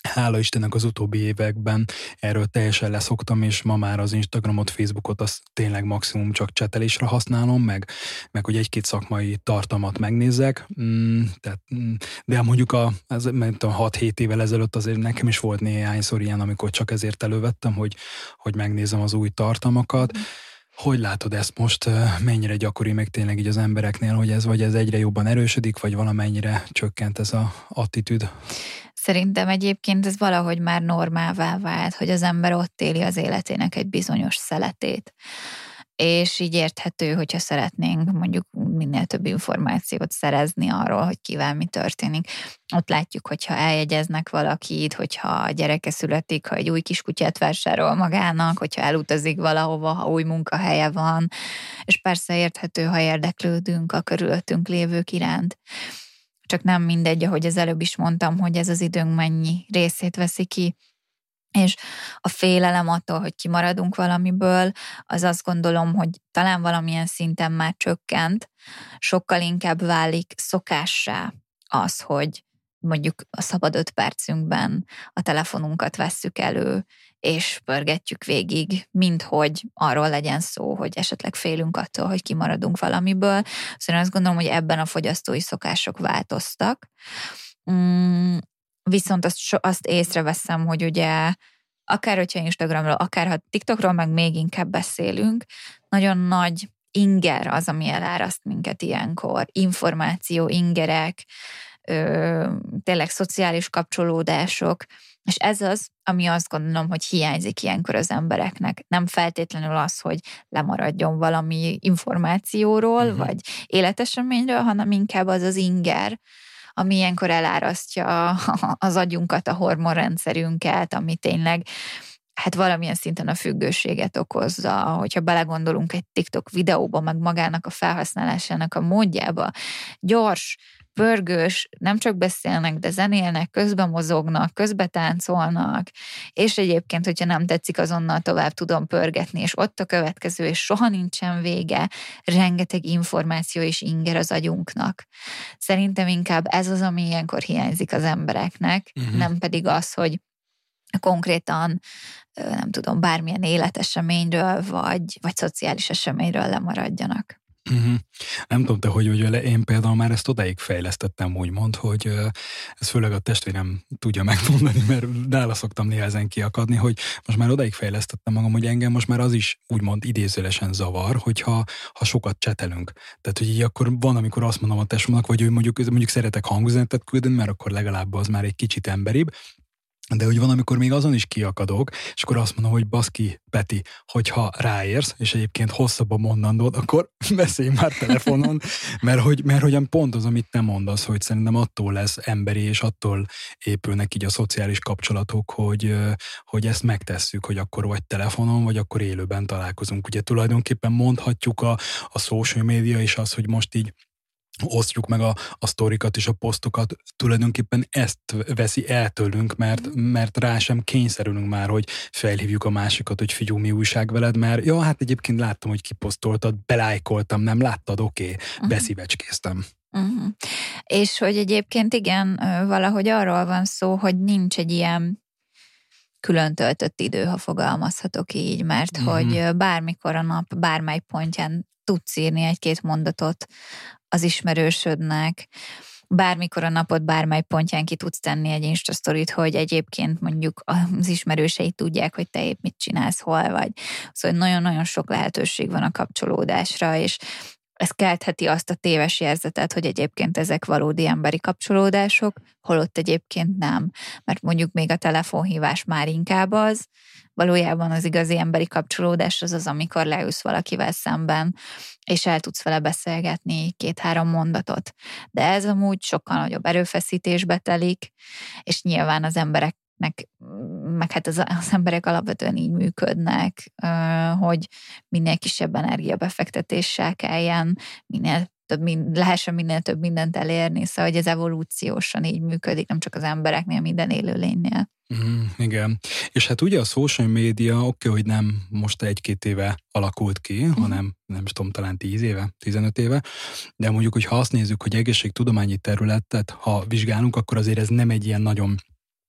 Hála Istennek az utóbbi években erről teljesen leszoktam, és ma már az Instagramot, Facebookot azt tényleg maximum csak csetelésre használom, meg hogy egy-két szakmai tartalmat megnézzek. De mondjuk a 6-7 évvel ezelőtt azért nekem is volt néhányszor ilyen, amikor csak ezért elővettem, hogy megnézem az új tartalmakat. Hogy látod ezt most, mennyire gyakori meg tényleg így az embereknél, hogy ez egyre jobban erősödik, vagy valamennyire csökkent ez az attitűd? Szerintem egyébként ez valahogy már normává vált, hogy az ember ott éli az életének egy bizonyos szeletét. És így érthető, hogyha szeretnénk mondjuk minél több információt szerezni arról, hogy kivel mi történik. Ott látjuk, hogyha eljegyeznek valakit, hogyha a gyereke születik, ha egy új kiskutyát vásárol magának, hogyha elutazik valahova, ha új munkahelye van, és persze érthető, ha érdeklődünk a körülöttünk lévők iránt. Csak nem mindegy, ahogy az előbb is mondtam, hogy ez az időnk mennyi részét veszi ki. És a félelem attól, hogy kimaradunk valamiből, az azt gondolom, hogy talán valamilyen szinten már csökkent, sokkal inkább válik szokássá az, hogy mondjuk a szabad 5 percünkben a telefonunkat vesszük elő, és pörgetjük végig, minthogy arról legyen szó, hogy esetleg félünk attól, hogy kimaradunk valamiből. Szóval azt gondolom, hogy ebben a fogyasztói szokások változtak. Viszont azt észreveszem, hogy ugye akár hogyha Instagramról, akár ha TikTokról meg még inkább beszélünk, nagyon nagy inger az, ami eláraszt minket ilyenkor. Információ, ingerek, tényleg szociális kapcsolódások, és ez az, ami azt gondolom, hogy hiányzik ilyenkor az embereknek. Nem feltétlenül az, hogy lemaradjon valami információról, vagy életeseményről, hanem inkább az az inger, ami ilyenkor elárasztja az agyunkat, a hormonrendszerünket, ami tényleg hát valamilyen szinten a függőséget okozza. Hogyha belegondolunk egy TikTok videóba, meg magának a felhasználásának a módjába, gyors, pörgős, nem csak beszélnek, de zenélnek, közben mozognak, közben táncolnak, és egyébként, hogyha nem tetszik, azonnal tovább tudom pörgetni, és ott a következő, és soha nincsen vége, rengeteg információ és inger az agyunknak. Szerintem inkább ez az, ami ilyenkor hiányzik az embereknek, nem pedig az, hogy konkrétan, nem tudom, bármilyen életeseményről, vagy szociális eseményről lemaradjanak. Nem tudom te, hogy én például már ezt odáig fejlesztettem, úgymond, hogy ez főleg a testvérem tudja megmondani, mert nála szoktam néha ezen kiakadni, hogy most már odáig fejlesztettem magam, hogy engem most már az is úgymond idézőlesen zavar, hogyha sokat csetelünk. Tehát, hogy így akkor van, amikor azt mondom a testvéremnek, vagy ő mondjuk szeretek hangüzenetet küldeni, mert akkor legalább az már egy kicsit emberibb. De hogy van, amikor még azon is kiakadok, és akkor azt mondom, hogy baszki, Peti, hogyha ráérsz, és egyébként hosszabb a mondandód, akkor beszélj már telefonon, mert hogy pont az, amit te mondasz, hogy szerintem attól lesz emberi, és attól épülnek így a szociális kapcsolatok, hogy ezt megtesszük, hogy akkor vagy telefonon, vagy akkor élőben találkozunk. Ugye tulajdonképpen mondhatjuk a social media és az, hogy most így osztjuk meg a sztorikat és a posztokat, tulajdonképpen ezt veszi el tőlünk, mert rá sem kényszerülünk már, hogy felhívjuk a másikat, hogy figyelj, mi újság veled, mert hát egyébként láttam, hogy kiposztoltad, belájkoltam, nem láttad, oké, beszívecskéztem. És hogy egyébként igen, valahogy arról van szó, hogy nincs egy ilyen külön töltött idő, ha fogalmazhatok így, mert hogy bármikor a nap, bármely pontján tudsz írni egy-két mondatot az ismerősödnek, bármikor a napod bármely pontján ki tudsz tenni egy Insta-sztorit, hogy egyébként mondjuk az ismerőseid tudják, hogy te épp mit csinálsz, hol vagy. Szóval nagyon-nagyon sok lehetőség van a kapcsolódásra, és ez keltheti azt a téves érzetet, hogy egyébként ezek valódi emberi kapcsolódások, holott egyébként nem. Mert mondjuk még a telefonhívás már inkább az, valójában az igazi emberi kapcsolódás az, amikor leülsz valakivel szemben, és el tudsz vele beszélgetni 2-3 mondatot. De ez amúgy sokkal nagyobb erőfeszítésbe telik, és nyilván az embereknek, meg hát az emberek alapvetően így működnek, hogy minél kisebb energiabefektetéssel kelljen, lehessen minél több mindent elérni, szóval hogy ez evolúciósan így működik, nem csak az embereknél, minden élőlénynél. Igen. És hát ugye a social media, oké, hogy nem most 1-2 éve alakult ki, hanem nem is tudom, talán 10 éve, 15 éve, de mondjuk, hogy ha azt nézzük, hogy egészségtudományi területet, ha vizsgálunk, akkor azért ez nem egy ilyen nagyon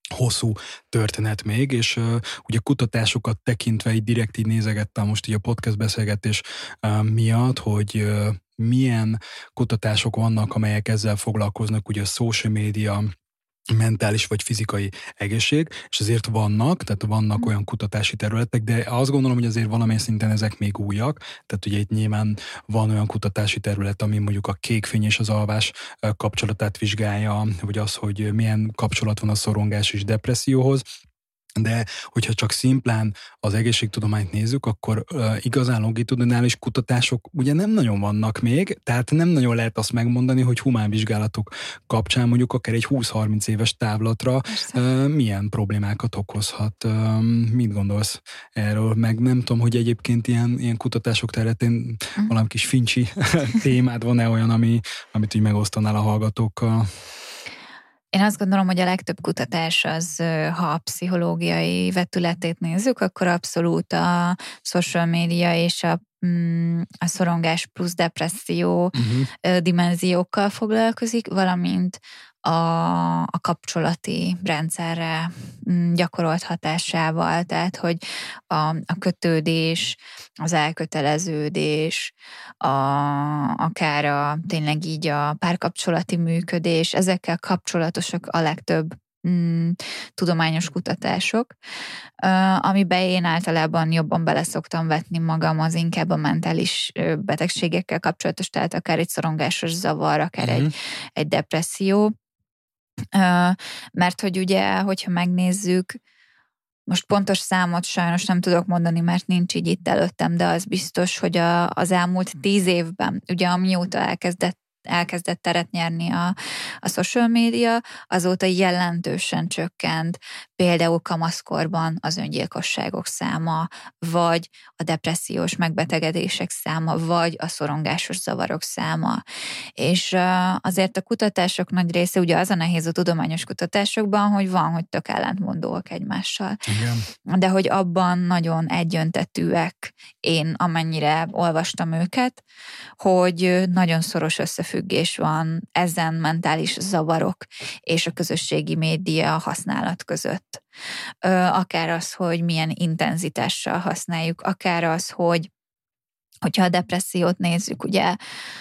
hosszú történet még, és ugye kutatásokat tekintve így direkt így nézegettem most így a podcast beszélgetés miatt, hogy milyen kutatások vannak, amelyek ezzel foglalkoznak, ugye a social media, mentális vagy fizikai egészség, és azért vannak olyan kutatási területek, de azt gondolom, hogy azért valamilyen szinten ezek még újak, tehát ugye itt nyilván van olyan kutatási terület, ami mondjuk a kékfény és az alvás kapcsolatát vizsgálja, vagy az, hogy milyen kapcsolat van a szorongás és depresszióhoz, de hogyha csak szimplán az egészségtudományt nézzük, akkor igazán longitudinális kutatások ugye nem nagyon vannak még, tehát nem nagyon lehet azt megmondani, hogy humán vizsgálatok kapcsán mondjuk akár egy 20-30 éves távlatra milyen problémákat okozhat. Mit gondolsz erről? Meg nem tudom, hogy egyébként ilyen kutatások területén valami kis fincsi témád van-e olyan, amit így megosztanál a hallgatókkal? Én azt gondolom, hogy a legtöbb kutatás az, ha a pszichológiai vetületét nézzük, akkor abszolút a social media és a szorongás plusz depresszió dimenziókkal foglalkozik, valamint a kapcsolati rendszerre gyakorolt hatásával, tehát hogy a kötődés, az elköteleződés, akár tényleg így a párkapcsolati működés, ezekkel kapcsolatosak a legtöbb tudományos kutatások. Amiben én általában jobban beleszoktam vetni magam, az inkább a mentális betegségekkel kapcsolatos, tehát akár egy szorongásos zavar, akár egy depresszió. Mert hogy ugye, hogyha megnézzük, most pontos számot sajnos nem tudok mondani, mert nincs így itt előttem, de az biztos, hogy az elmúlt 10 évben, ugye amióta elkezdett teret nyerni a social media, azóta jelentősen csökkent például kamaszkorban az öngyilkosságok száma, vagy a depressziós megbetegedések száma, vagy a szorongásos zavarok száma. És azért a kutatások nagy része, ugye az a nehéz a tudományos kutatásokban, hogy van, hogy tök ellentmondóak egymással. Igen. De hogy abban nagyon egyöntetűek, én amennyire olvastam őket, hogy nagyon szoros összefüggés van ezen mentális zavarok és a közösségi média használat között. Akár az, hogy milyen intenzitással használjuk, akár az, hogyha a depressziót nézzük, ugye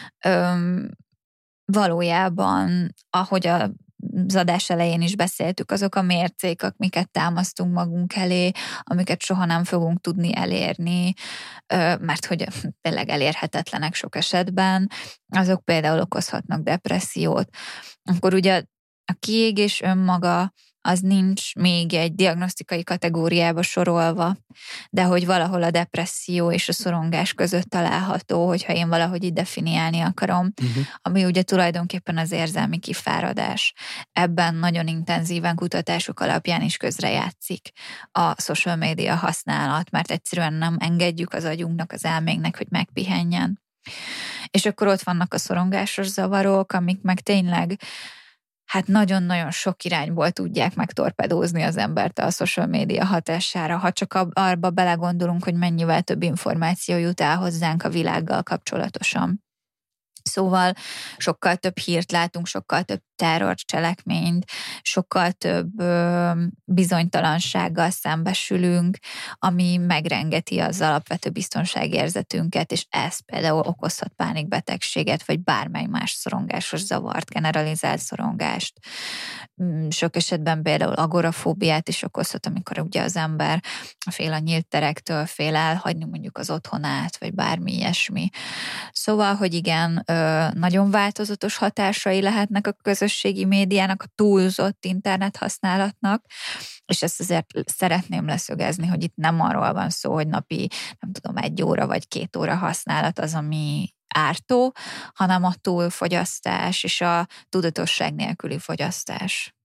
valójában, ahogy az adás elején is beszéltük, azok a mércék, amiket támasztunk magunk elé, amiket soha nem fogunk tudni elérni, mert hogy tényleg elérhetetlenek sok esetben, azok például okozhatnak depressziót. Akkor ugye a kiégés önmaga az nincs még egy diagnosztikai kategóriába sorolva, de hogy valahol a depresszió és a szorongás között található, hogyha én valahogy így definiálni akarom, ami ugye tulajdonképpen az érzelmi kifáradás. Ebben nagyon intenzíven kutatások alapján is közrejátszik a social media használat, mert egyszerűen nem engedjük az agyunknak, az elménknek, hogy megpihenjen. És akkor ott vannak a szorongásos zavarok, amik meg tényleg hát nagyon-nagyon sok irányból tudják megtorpedózni az embert a social média hatására, ha csak arba belegondolunk, hogy mennyivel több információ jut el hozzánk a világgal kapcsolatosan. Szóval sokkal több hírt látunk, sokkal több terrorcselekményt, sokkal több bizonytalansággal szembesülünk, ami megrengeti az alapvető biztonságérzetünket, és ez például okozhat pánikbetegséget, vagy bármely más szorongásos zavart, generalizált szorongást. Sok esetben például agorafóbiát is okozhat, amikor ugye az ember fél a nyílt terektől, fél elhagyni mondjuk az otthonát, vagy bármi ilyesmi. Szóval, hogy igen, nagyon változatos hatásai lehetnek a közösségi médiának, a túlzott internet használatnak, és ezt azért szeretném leszögezni, hogy itt nem arról van szó, hogy napi, nem tudom, 1 óra vagy 2 óra használat az, ami ártó, hanem a túlfogyasztás és a tudatosság nélküli fogyasztás.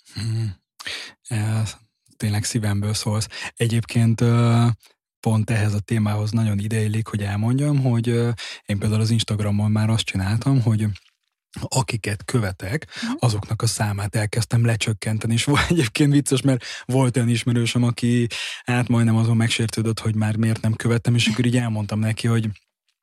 Tényleg szívemből szólsz. Egyébként pont ehhez a témához nagyon ideillik, hogy elmondjam, hogy én például az Instagramon már azt csináltam, hogy akiket követek, azoknak a számát elkezdtem lecsökkenteni, és egyébként vicces, mert volt olyan ismerősöm, aki hát majdnem azon megsértődött, hogy már miért nem követtem, és akkor így elmondtam neki, hogy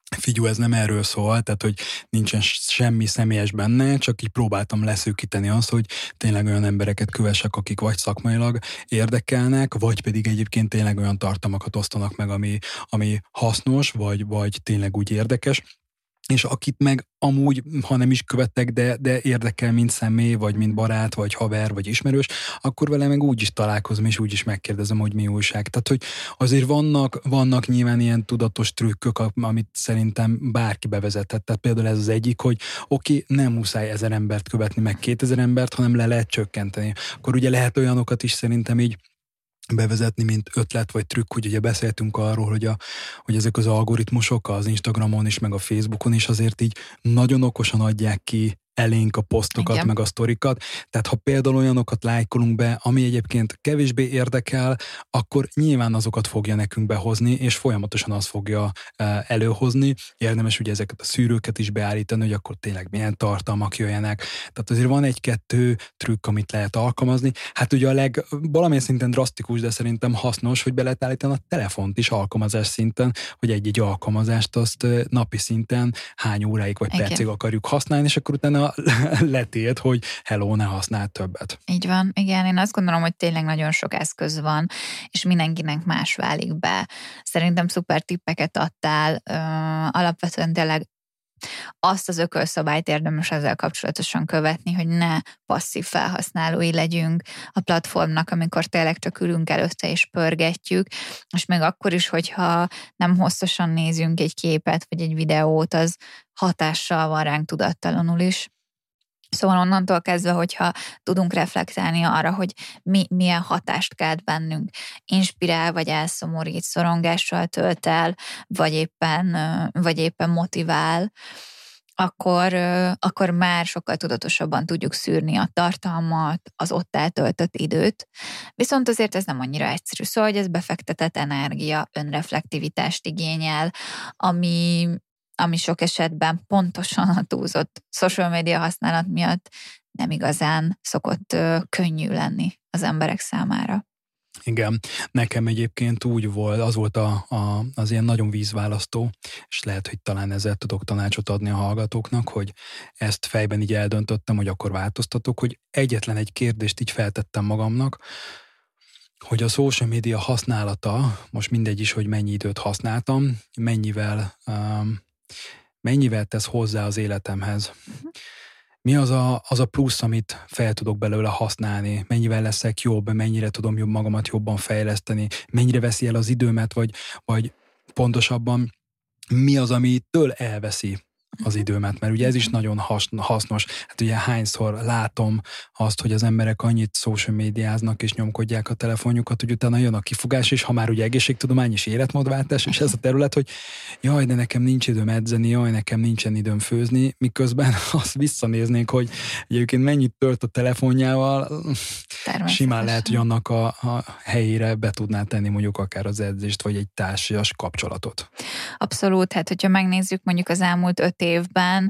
figyú, ez nem erről szól, tehát hogy nincsen semmi személyes benne, csak így próbáltam leszűkíteni azt, hogy tényleg olyan embereket kövessek, akik vagy szakmailag érdekelnek, vagy pedig egyébként tényleg olyan tartalmakat osztanak meg, ami hasznos, vagy tényleg úgy érdekes, és akit meg amúgy, ha nem is követek, de érdekel, mint személy, vagy mint barát, vagy haver, vagy ismerős, akkor vele meg úgy is találkozom, és úgy is megkérdezem, hogy mi újság. Tehát, hogy azért vannak nyilván ilyen tudatos trükkök, amit szerintem bárki bevezetett. Tehát például ez az egyik, hogy oké, nem muszáj 1000 embert követni, meg 2000 embert, hanem le lehet csökkenteni. Akkor ugye lehet olyanokat is szerintem így bevezetni, mint ötlet vagy trükk, hogy ugye beszéltünk arról, hogy ezek az algoritmusok az Instagramon is, meg a Facebookon is azért így nagyon okosan adják ki elénk a posztokat, igen, meg a sztorikat. Tehát ha például olyanokat lájkolunk be, ami egyébként kevésbé érdekel, akkor nyilván azokat fogja nekünk behozni, és folyamatosan azt fogja előhozni. Érdemes ugye ezeket a szűrőket is beállítani, hogy akkor tényleg milyen tartalmak jöjjenek. Tehát azért van egy-kettő trükk, amit lehet alkalmazni. Hát ugye valamilyen szinten drasztikus, de szerintem hasznos, hogy be lehet állítani a telefont is alkalmazás szinten, hogy egy-egy alkalmazást azt napi szinten hány óráig vagy percig akarjuk használni, és akkor utána letilt, hogy hello, ne használd többet. Így van, igen, én azt gondolom, hogy tényleg nagyon sok eszköz van, és mindenkinek más válik be. Szerintem szuper tippeket adtál, alapvetően tényleg azt az ökölszabályt érdemes ezzel kapcsolatosan követni, hogy ne passzív felhasználói legyünk a platformnak, amikor tényleg csak ülünk előtte és pörgetjük, és még akkor is, hogyha nem hosszasan nézünk egy képet vagy egy videót, az hatással van ránk tudattalanul is. Szóval onnantól kezdve, hogyha tudunk reflektálni arra, hogy milyen hatást kelt bennünk, inspirál, vagy elszomorít, szorongással tölt el, vagy éppen motivál, akkor már sokkal tudatosabban tudjuk szűrni a tartalmat, az ott eltöltött időt. Viszont azért ez nem annyira egyszerű, szóval, hogy ez befektetett energia, önreflektivitást igényel, ami sok esetben pontosan a túlzott social media használat miatt nem igazán szokott könnyű lenni az emberek számára. Igen, nekem egyébként úgy volt, az volt az ilyen nagyon vízválasztó, és lehet, hogy talán ezzel tudok tanácsot adni a hallgatóknak, hogy ezt fejben így eldöntöttem, hogy akkor változtatok, hogy egyetlen egy kérdést így feltettem magamnak, hogy a social media használata, most mindegy is, hogy mennyi időt használtam, mennyivel tesz hozzá az életemhez. Mi az a plusz, amit fel tudok belőle használni? Mennyivel leszek jobb? Mennyire tudom magamat jobban fejleszteni? Mennyire veszi el az időmet? Vagy pontosabban mi az, amitől elveszi az időmet? Mert ugye ez is nagyon hasznos. Hát ugye hányszor látom azt, hogy az emberek annyit social médiáznak és nyomkodják a telefonjukat, hogy utána jön a kifogás, és ha már ugye egészségtudomány és életmódváltás, és ez a terület, hogy jaj, de nekem nincs időm edzeni, jaj, nekem nincsen időm főzni, miközben azt visszanéznénk, hogy egyébként mennyit tört a telefonjával, simán lehet, hogy annak a helyére be tudná tenni mondjuk akár az edzést, vagy egy társas kapcsolatot. Abszolút, hát hogyha megnézzük mondjuk az elmúlt 5 évben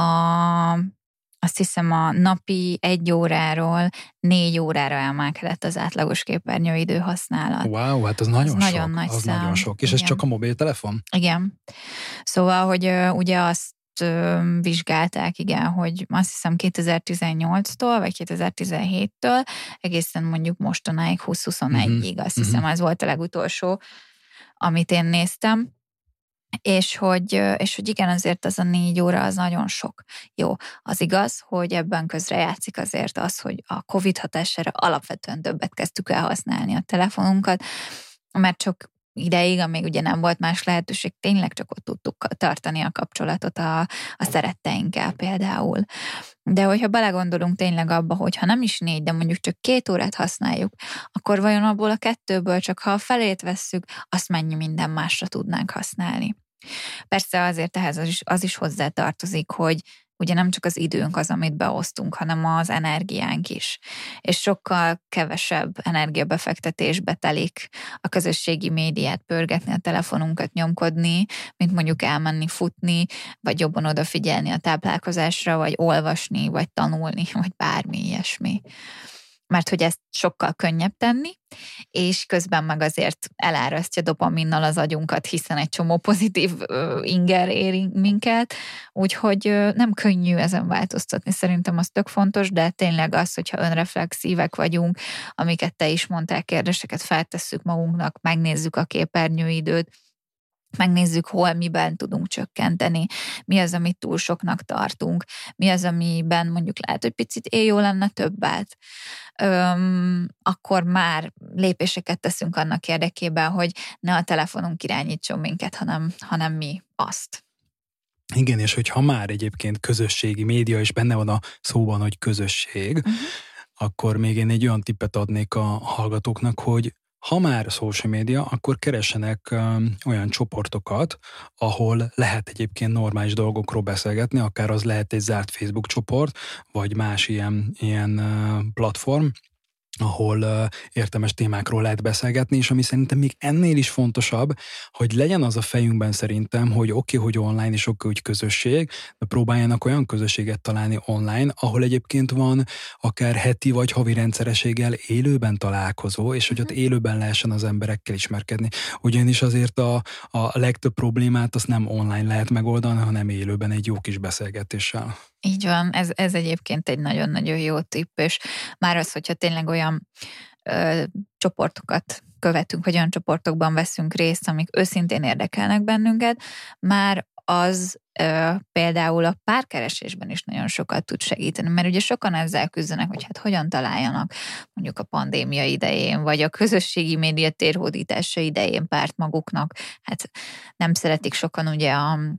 azt hiszem a napi 1 óráról 4 órára emelkedett az átlagos képernyőidő használat. Wow, hát az nagyon sok. Nagyon nagy az szám. nagyon sok. És igen. Ez csak a mobiltelefon? Igen. Szóval, hogy ugye azt vizsgálták, igen, hogy azt hiszem 2018-tól, vagy 2017-től egészen mondjuk mostanáig 2021-ig, azt hiszem ez volt a legutolsó, amit én néztem. És hogy igen, azért az a 4 óra az nagyon sok. Jó, az igaz, hogy ebben közrejátszik azért az, hogy a Covid hatására alapvetően többet kezdtük el használni a telefonunkat, mert csak ideig, amíg ugye nem volt más lehetőség, tényleg csak ott tudtuk tartani a kapcsolatot a szeretteinkkel például. De hogyha belegondolunk tényleg abba, hogy ha nem is 4, de mondjuk csak 2 órát használjuk, akkor vajon abból a 2-ből csak ha a felét vesszük, azt mennyi minden másra tudnánk használni. Persze azért ehhez az is hozzá tartozik, hogy ugye nem csak az időnk az, amit beosztunk, hanem az energiánk is. És sokkal kevesebb energiabefektetésbe telik a közösségi médiát pörgetni, a telefonunkat nyomkodni, mint mondjuk elmenni futni, vagy jobban odafigyelni a táplálkozásra, vagy olvasni, vagy tanulni, vagy bármi ilyesmi. mert hogy ezt sokkal könnyebb tenni, és közben meg azért elárasztja dopaminnal az agyunkat, hiszen egy csomó pozitív inger éri minket, úgyhogy nem könnyű ezen változtatni. Szerintem az tök fontos, de tényleg az, hogyha önreflexívek vagyunk, amiket te is mondtál, kérdéseket feltesszük magunknak, megnézzük a képernyőidőt, megnézzük, hol miben tudunk csökkenteni, mi az, amit túl soknak tartunk, mi az, amiben mondjuk lehet, hogy picit jó lenne többet. Akkor már lépéseket teszünk annak érdekében, hogy ne a telefonunk irányítson minket, hanem mi azt. Igen, és hogyha már egyébként közösségi média, és benne van a szóban, hogy közösség, akkor még én egy olyan tippet adnék a hallgatóknak, hogy ha már social media, akkor keressenek olyan csoportokat, ahol lehet egyébként normális dolgokról beszélgetni, akár az lehet egy zárt Facebook csoport, vagy más ilyen platform, ahol értelmes témákról lehet beszélgetni, és ami szerintem még ennél is fontosabb, hogy legyen az a fejünkben szerintem, hogy oké, hogy online, és oké, hogy közösség, de próbáljanak olyan közösséget találni online, ahol egyébként van akár heti vagy havi rendszerességgel élőben találkozó, és hogy ott élőben lehessen az emberekkel ismerkedni. Ugyanis azért a legtöbb problémát azt nem online lehet megoldani, hanem élőben egy jó kis beszélgetéssel. Így van, ez egyébként egy nagyon-nagyon jó tipp, és már az, hogyha tényleg olyan csoportokat követünk, vagy olyan csoportokban veszünk részt, amik őszintén érdekelnek bennünket, már az például a párkeresésben is nagyon sokat tud segíteni, mert ugye sokan ezzel küzdenek, hogy hát hogyan találjanak mondjuk a pandémia idején, vagy a közösségi média térhódítása idején párt maguknak. Hát nem szeretik sokan ugye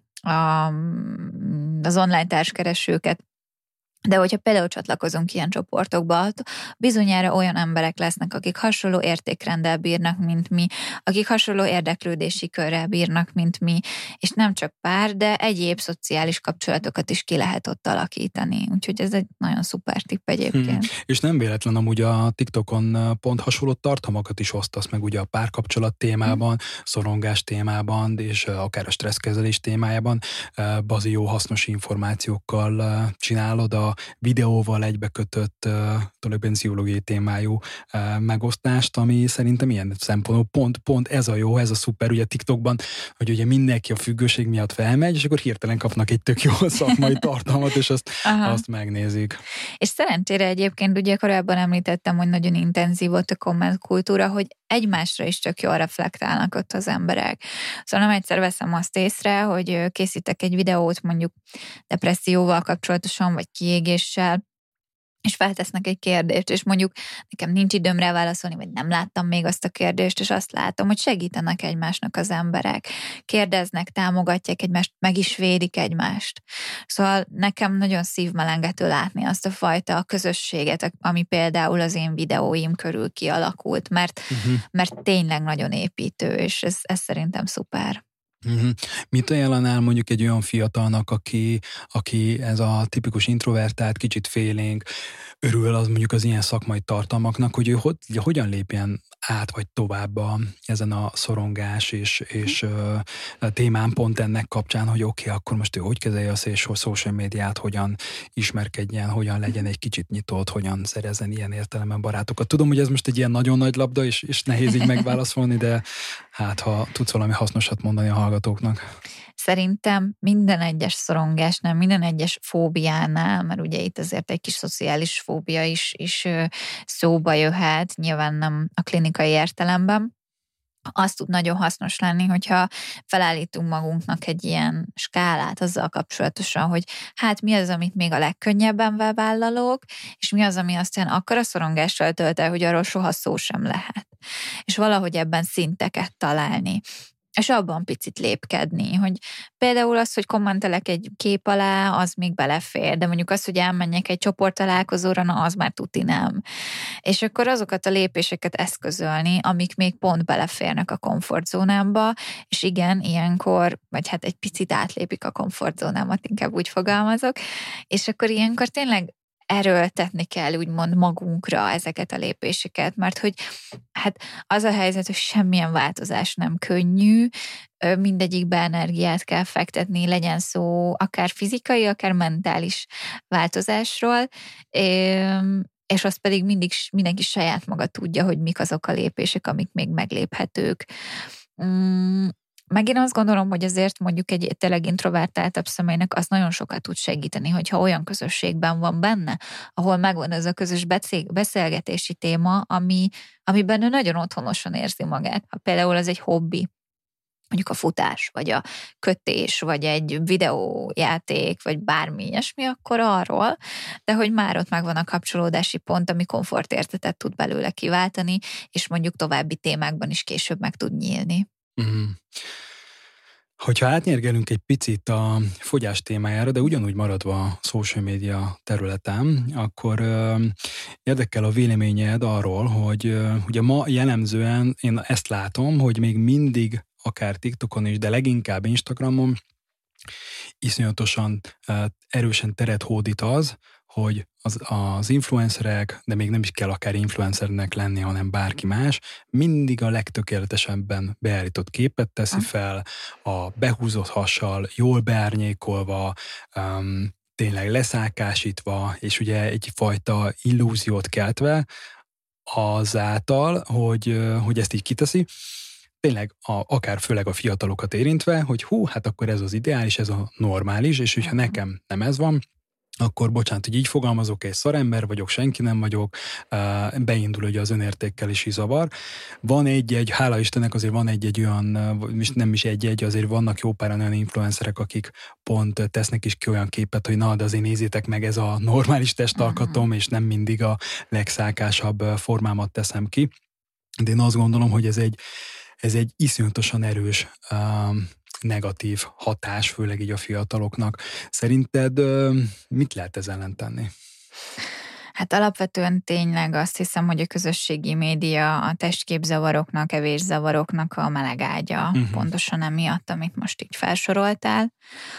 az online társkeresőket, de hogyha például csatlakozunk ilyen csoportokba, bizonyára olyan emberek lesznek, akik hasonló értékrenddel bírnak, mint mi, akik hasonló érdeklődési körrel bírnak, mint mi, és nem csak pár, de egyéb szociális kapcsolatokat is ki lehet ott alakítani. Úgyhogy ez egy nagyon szuper tipp egyébként. És nem véletlen amúgy a TikTokon pont hasonló tartalmakat is osztasz meg ugye a párkapcsolat témában, szorongás témában, és akár a stresszkezelés témájában. Bazi jó hasznos információkkal csinálod a videóval egybekötött tulajdonképpen pszichológiai témájú megosztást, ami szerintem ilyen szempontból pont ez a jó, ez a szuper ugye TikTokban, hogy ugye mindenki a függőség miatt felmegy, és akkor hirtelen kapnak egy tök jó szakmai tartalmat, és azt megnézik. És szerencsére egyébként ugye korábban említettem, hogy nagyon intenzív volt a komment kultúra, hogy egymásra is csak jól reflektálnak ott az emberek. Szóval nem egyszer veszem azt észre, hogy készítek egy videót mondjuk depresszióval kapcsolatosan, vagy kiégéssel, és feltesznek egy kérdést, és mondjuk nekem nincs időm rá válaszolni, vagy nem láttam még azt a kérdést, és azt látom, hogy segítenek egymásnak az emberek. Kérdeznek, támogatják egymást, meg is védik egymást. Szóval nekem nagyon szívmelengető látni azt a fajta közösséget, ami például az én videóim körül kialakult, mert tényleg nagyon építő, és ez szerintem szuper. Mit ajánlanál mondjuk egy olyan fiatalnak, aki ez a tipikus introvertált, kicsit félénk, örül az mondjuk az ilyen szakmai tartalmaknak, hogy ő hogyan lépjen át vagy tovább ezen a szorongás és témán pont ennek kapcsán, hogy oké, akkor most ő hogy kezelje a social médiát, hogyan ismerkedjen, hogyan legyen egy kicsit nyitott, hogyan szerezzen ilyen értelemben barátokat. Tudom, hogy ez most egy ilyen nagyon nagy labda, és nehéz így megválaszolni, de hát ha tudsz valami hasznosat mondani a hallgatóknak. Szerintem minden egyes szorongásnál, minden egyes fóbiánál, mert ugye itt azért egy kis szociális fóbia is szóba jöhet, nyilván nem a klinikai értelemben, az tud nagyon hasznos lenni, hogyha felállítunk magunknak egy ilyen skálát azzal kapcsolatosan, hogy hát mi az, amit még a legkönnyebben vállalok, és mi az, ami aztán akkora szorongással tölt el, hogy arról soha szó sem lehet. És valahogy ebben szinteket találni. És abban picit lépkedni, hogy például az, hogy kommentelek egy kép alá, az még belefér, de mondjuk az, hogy elmenjek egy csoporttalálkozóra, na az már tuti nem. És akkor azokat a lépéseket eszközölni, amik még pont beleférnek a komfortzónámba, és igen, ilyenkor, vagy hát egy picit átlépik a komfortzónámat, inkább úgy fogalmazok, és akkor ilyenkor tényleg erőltetni kell úgymond magunkra ezeket a lépéseket, mert hogy hát az a helyzet, hogy semmilyen változás nem könnyű, mindegyikbe energiát kell fektetni, legyen szó akár fizikai, akár mentális változásról, és azt pedig mindig mindenki saját maga tudja, hogy mik azok a lépések, amik még megléphetők. Meg én azt gondolom, hogy azért mondjuk egy tényleg introvertáltabb személynek az nagyon sokat tud segíteni, hogyha olyan közösségben van benne, ahol megvan ez a közös beszélgetési téma, amiben ő nagyon otthonosan érzi magát. Ha például ez egy hobbi, mondjuk a futás, vagy a kötés, vagy egy videójáték, vagy bármi ilyesmi, akkor arról, de hogy már ott megvan a kapcsolódási pont, ami komfortérzetet tud belőle kiváltani, és mondjuk további témákban is később meg tud nyílni. Mm. Hogyha átnyergelünk egy picit a fogyás témájára, de ugyanúgy maradva a social media területen, akkor érdekel a véleményed arról, hogy ugye ma jellemzően én ezt látom, hogy még mindig akár TikTokon is, de leginkább Instagramon iszonyatosan erősen teret hódít az, hogy az influencerek, de még nem is kell akár influencernek lenni, hanem bárki más, mindig a legtökéletesebben beállított képet teszi fel, a behúzott hassal, jól beárnyékolva, tényleg leszákásítva, és ugye egyfajta illúziót keltve azáltal, hogy ezt így kiteszi, tényleg akár főleg a fiatalokat érintve, hogy hát akkor ez az ideális, ez a normális, és hogyha nekem nem ez van, akkor bocsánat, hogy így fogalmazok, egy szarember vagyok, senki nem vagyok, beindul ugye az önértékelési zavar. Van egy-egy, hála Istennek azért van egy-egy olyan, nem is egy-egy, azért vannak jó páran olyan influencerek, akik pont tesznek is ki olyan képet, hogy na, de azért nézzétek meg, ez a normális testalkatom, és nem mindig a legszákásabb formámat teszem ki. De én azt gondolom, hogy ez egy iszonyatosan erős negatív hatás, főleg így a fiataloknak. Szerinted mit lehet ezzel ellen tenni? Hát alapvetően tényleg azt hiszem, hogy a közösségi média a testképzavaroknak, evészavaroknak a melegágya, pontosan emiatt, amit most így felsoroltál.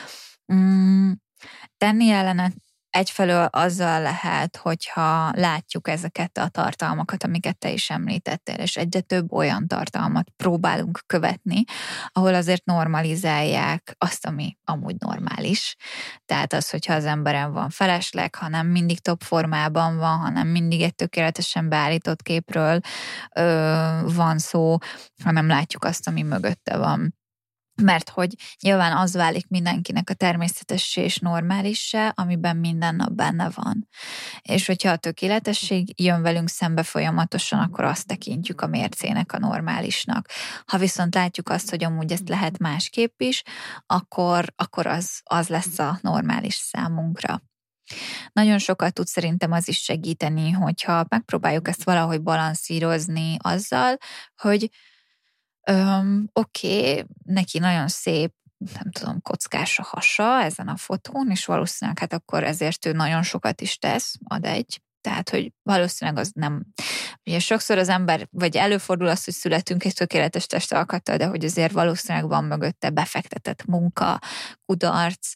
Tenni ellene egyfelől azzal lehet, hogyha látjuk ezeket a tartalmakat, amiket te is említettél, és egyre több olyan tartalmat próbálunk követni, ahol azért normalizálják azt, ami amúgy normális. Tehát az, hogyha az emberen van felesleg, ha nem mindig top formában van, hanem mindig egy tökéletesen beállított képről van szó, hanem látjuk azt, ami mögötte van. Mert hogy nyilván az válik mindenkinek a természetessé és normálissá, amiben minden nap benne van. És hogyha a tökéletesség jön velünk szembe folyamatosan, akkor azt tekintjük a mércének, a normálisnak. Ha viszont látjuk azt, hogy amúgy ezt lehet másképp is, akkor az lesz a normális számunkra. Nagyon sokat tud szerintem az is segíteni, hogyha megpróbáljuk ezt valahogy balanszírozni azzal, hogy oké, neki nagyon szép, nem tudom, kockás a hasa ezen a fotón, és valószínűleg hát akkor ezért ő nagyon sokat is tesz, ad egy. Tehát, hogy valószínűleg az nem... Ugye sokszor az ember, vagy előfordul az, hogy születünk egy tökéletes testalkattal, de hogy azért valószínűleg van mögötte befektetett munka, kudarc,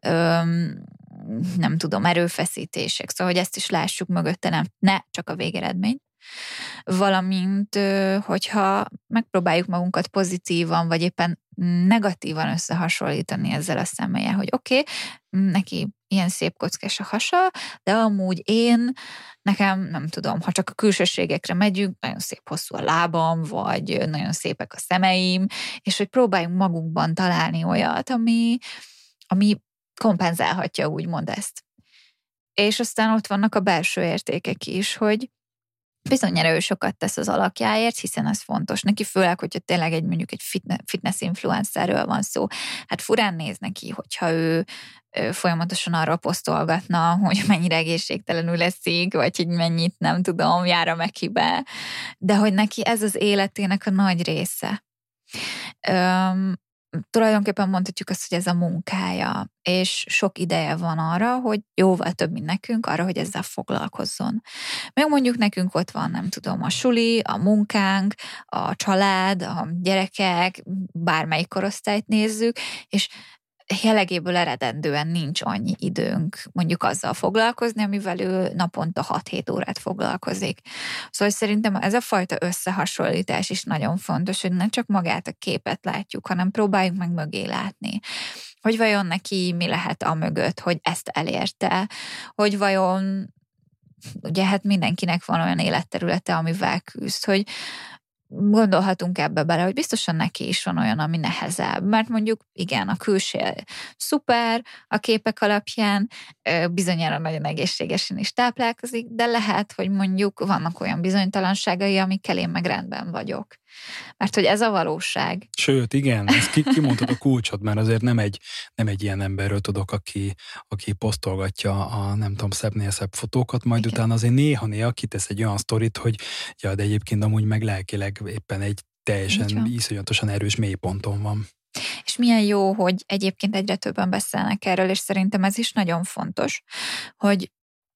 nem tudom, erőfeszítések. Szóval, hogy ezt is lássuk mögötte, ne csak a végeredményt. Valamint, hogyha megpróbáljuk magunkat pozitívan, vagy éppen negatívan összehasonlítani ezzel a személlyel, hogy oké, neki ilyen szép kockás a hasa, de amúgy nekem nem tudom, ha csak a külsőségekre megyünk, nagyon szép hosszú a lábam, vagy nagyon szépek a szemeim, és hogy próbáljunk magunkban találni olyat, ami kompenzálhatja úgymond ezt. És aztán ott vannak a belső értékek is, hogy bizonyára ő sokat tesz az alakjáért, hiszen ez fontos neki, főleg, hogyha tényleg mondjuk egy fitness influencerről van szó. Hát furán néz neki, hogyha ő folyamatosan arra posztolgatna, hogy mennyire egészségtelenül eszik, vagy hogy mennyit, nem tudom, jár a Mekibe, de hogy neki ez az életének a nagy része. Tulajdonképpen mondhatjuk azt, hogy ez a munkája, és sok ideje van arra, hogy jóval több, mint nekünk, arra, hogy ezzel foglalkozzon. Meg mondjuk nekünk ott van, nem tudom, a suli, a munkánk, a család, a gyerekek, bármelyik korosztályt nézzük, és jellegéből eredendően nincs annyi időnk mondjuk azzal foglalkozni, amivel ő naponta 6-7 órát foglalkozik. Szóval szerintem ez a fajta összehasonlítás is nagyon fontos, hogy nem csak magát a képet látjuk, hanem próbáljuk meg mögé látni. Hogy vajon neki mi lehet a mögött, hogy ezt elérte, hogy vajon ugye hát mindenkinek van olyan életterülete, amivel küzd, hogy gondolhatunk ebbe bele, hogy biztosan neki is van olyan, ami nehezebb. Mert mondjuk igen, a külső szuper, a képek alapján bizonyára nagyon egészségesen is táplálkozik, de lehet, hogy mondjuk vannak olyan bizonytalanságai, amikkel én meg rendben vagyok. Mert hogy ez a valóság. Sőt, igen, ezt kimondtad a kulcsot, mert azért nem egy ilyen emberről tudok, aki posztolgatja a nem tudom, szebbnél szebb fotókat, majd igen. Utána azért néha kitesz egy olyan sztorit, hogy ja, de egyébként amúgy meg lelkileg éppen egy teljesen iszonyatosan erős mélyponton van. És milyen jó, hogy egyébként egyre többen beszélnek erről, és szerintem ez is nagyon fontos, hogy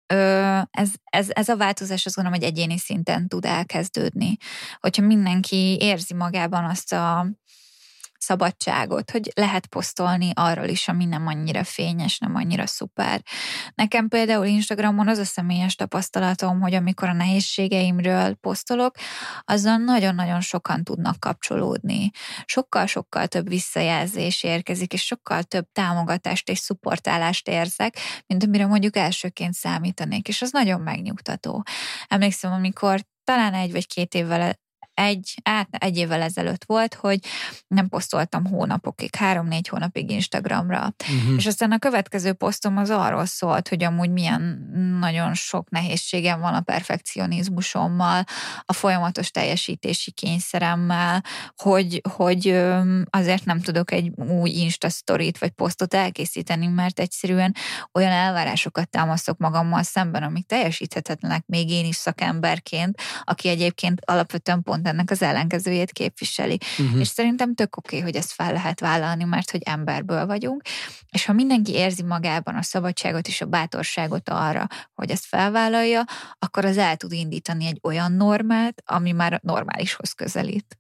ez a változás azt gondolom, hogy egyéni szinten tud elkezdődni. Hogyha mindenki érzi magában azt a szabadságot, hogy lehet posztolni arról is, ami nem annyira fényes, nem annyira szuper. Nekem például Instagramon az a személyes tapasztalatom, hogy amikor a nehézségeimről posztolok, azzal nagyon-nagyon sokan tudnak kapcsolódni. Sokkal-sokkal több visszajelzés érkezik, és sokkal több támogatást és szupportálást érzek, mint amire mondjuk elsőként számítanék, és az nagyon megnyugtató. Emlékszem, amikor talán 1 vagy 2 évvel egy évvel ezelőtt volt, hogy nem posztoltam hónapokig, 3-4 hónapig Instagramra. És aztán a következő posztom az arról szólt, hogy amúgy milyen nagyon sok nehézségem van a perfekcionizmusommal, a folyamatos teljesítési kényszeremmel, hogy azért nem tudok egy új Insta sztorit vagy posztot elkészíteni, mert egyszerűen olyan elvárásokat támasztok magammal szemben, amik teljesíthetetlenek még én is szakemberként, aki egyébként alapvetően pont ennek az ellenkezőjét képviseli. És szerintem tök oké, hogy ezt fel lehet vállalni, mert hogy emberből vagyunk, és ha mindenki érzi magában a szabadságot és a bátorságot arra, hogy ezt felvállalja, akkor az el tud indítani egy olyan normát, ami már normálishoz közelít.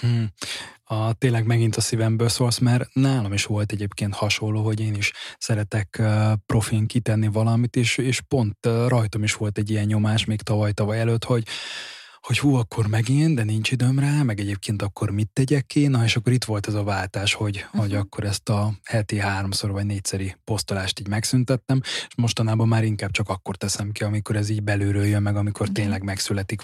Tényleg megint a szívemből szólsz, mert nálam is volt egyébként hasonló, hogy én is szeretek profin kitenni valamit, és pont rajtam is volt egy ilyen nyomás még tavaly előtt, hogy hú, akkor megint, de nincs időm rá, meg egyébként akkor mit tegyek ki, na és akkor itt volt ez a váltás, hogy akkor ezt a heti 3-szor vagy 4-szeri posztolást így megszüntettem, és mostanában már inkább csak akkor teszem ki, amikor ez így belülről jön meg, amikor tényleg megszületik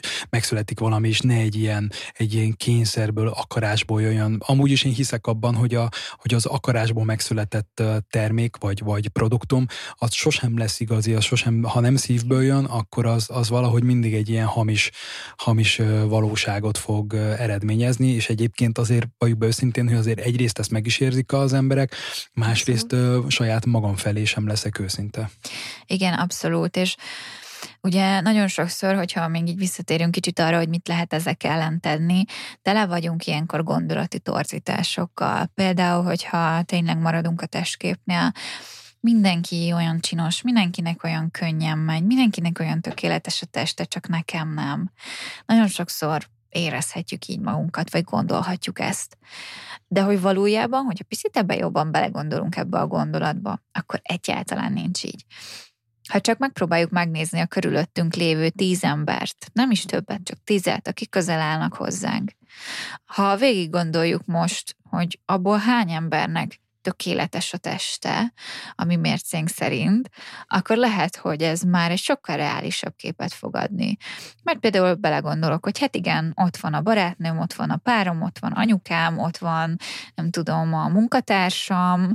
valami, és ne egy ilyen kényszerből, akarásból jöjjön. Amúgy is én hiszek abban, hogy az akarásból megszületett termék vagy produktum, az sosem lesz igazi, az sosem, ha nem szívből jön, akkor az valahogy mindig egy ilyen hamis valóságot fog eredményezni, és egyébként azért valljuk be őszintén, hogy azért egyrészt ezt meg is érzik az emberek, másrészt saját magam felé sem leszek őszinte. Igen, abszolút, és ugye nagyon sokszor, hogyha még így visszatérünk kicsit arra, hogy mit lehet ezek ellen tenni, tele vagyunk ilyenkor gondolati torzításokkal. Például, hogyha tényleg maradunk a testképnél, mindenki olyan csinos, mindenkinek olyan könnyen megy, mindenkinek olyan tökéletes a teste, csak nekem nem. Nagyon sokszor érezhetjük így magunkat, vagy gondolhatjuk ezt. De hogy valójában, hogyha picit ebben jobban belegondolunk ebbe a gondolatba, akkor egyáltalán nincs így. Ha csak megpróbáljuk megnézni a körülöttünk lévő 10 embert, nem is többet, csak 10, akik közel állnak hozzánk. Ha végig gondoljuk most, hogy abból hány embernek tökéletes a teste, ami mércénk szerint, akkor lehet, hogy ez már egy sokkal reálisabb képet fog adni. Mert például belegondolok, hogy hát igen, ott van a barátnőm, ott van a párom, ott van anyukám, ott van, nem tudom, a munkatársam,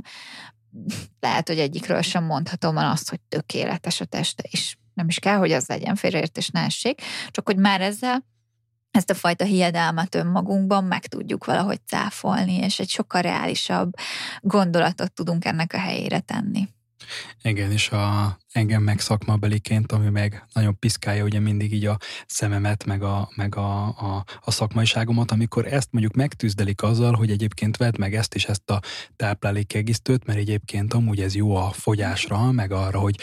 lehet, hogy egyikről sem mondhatom azt, hogy tökéletes a teste, és nem is kell, hogy az legyen, félreértés ne essék, csak hogy már ezzel ezt a fajta hiedelmet önmagunkban meg tudjuk valahogy cáfolni, és egy sokkal reálisabb gondolatot tudunk ennek a helyére tenni. Igen, és engem meg szakmabeliként, ami meg nagyon piszkálja ugye mindig így a szememet, meg a szakmaiságomat, amikor ezt mondjuk megtűzdelik azzal, hogy egyébként vedd meg ezt és ezt a táplálékkiegészítőt, mert egyébként amúgy ez jó a fogyásra, meg arra, hogy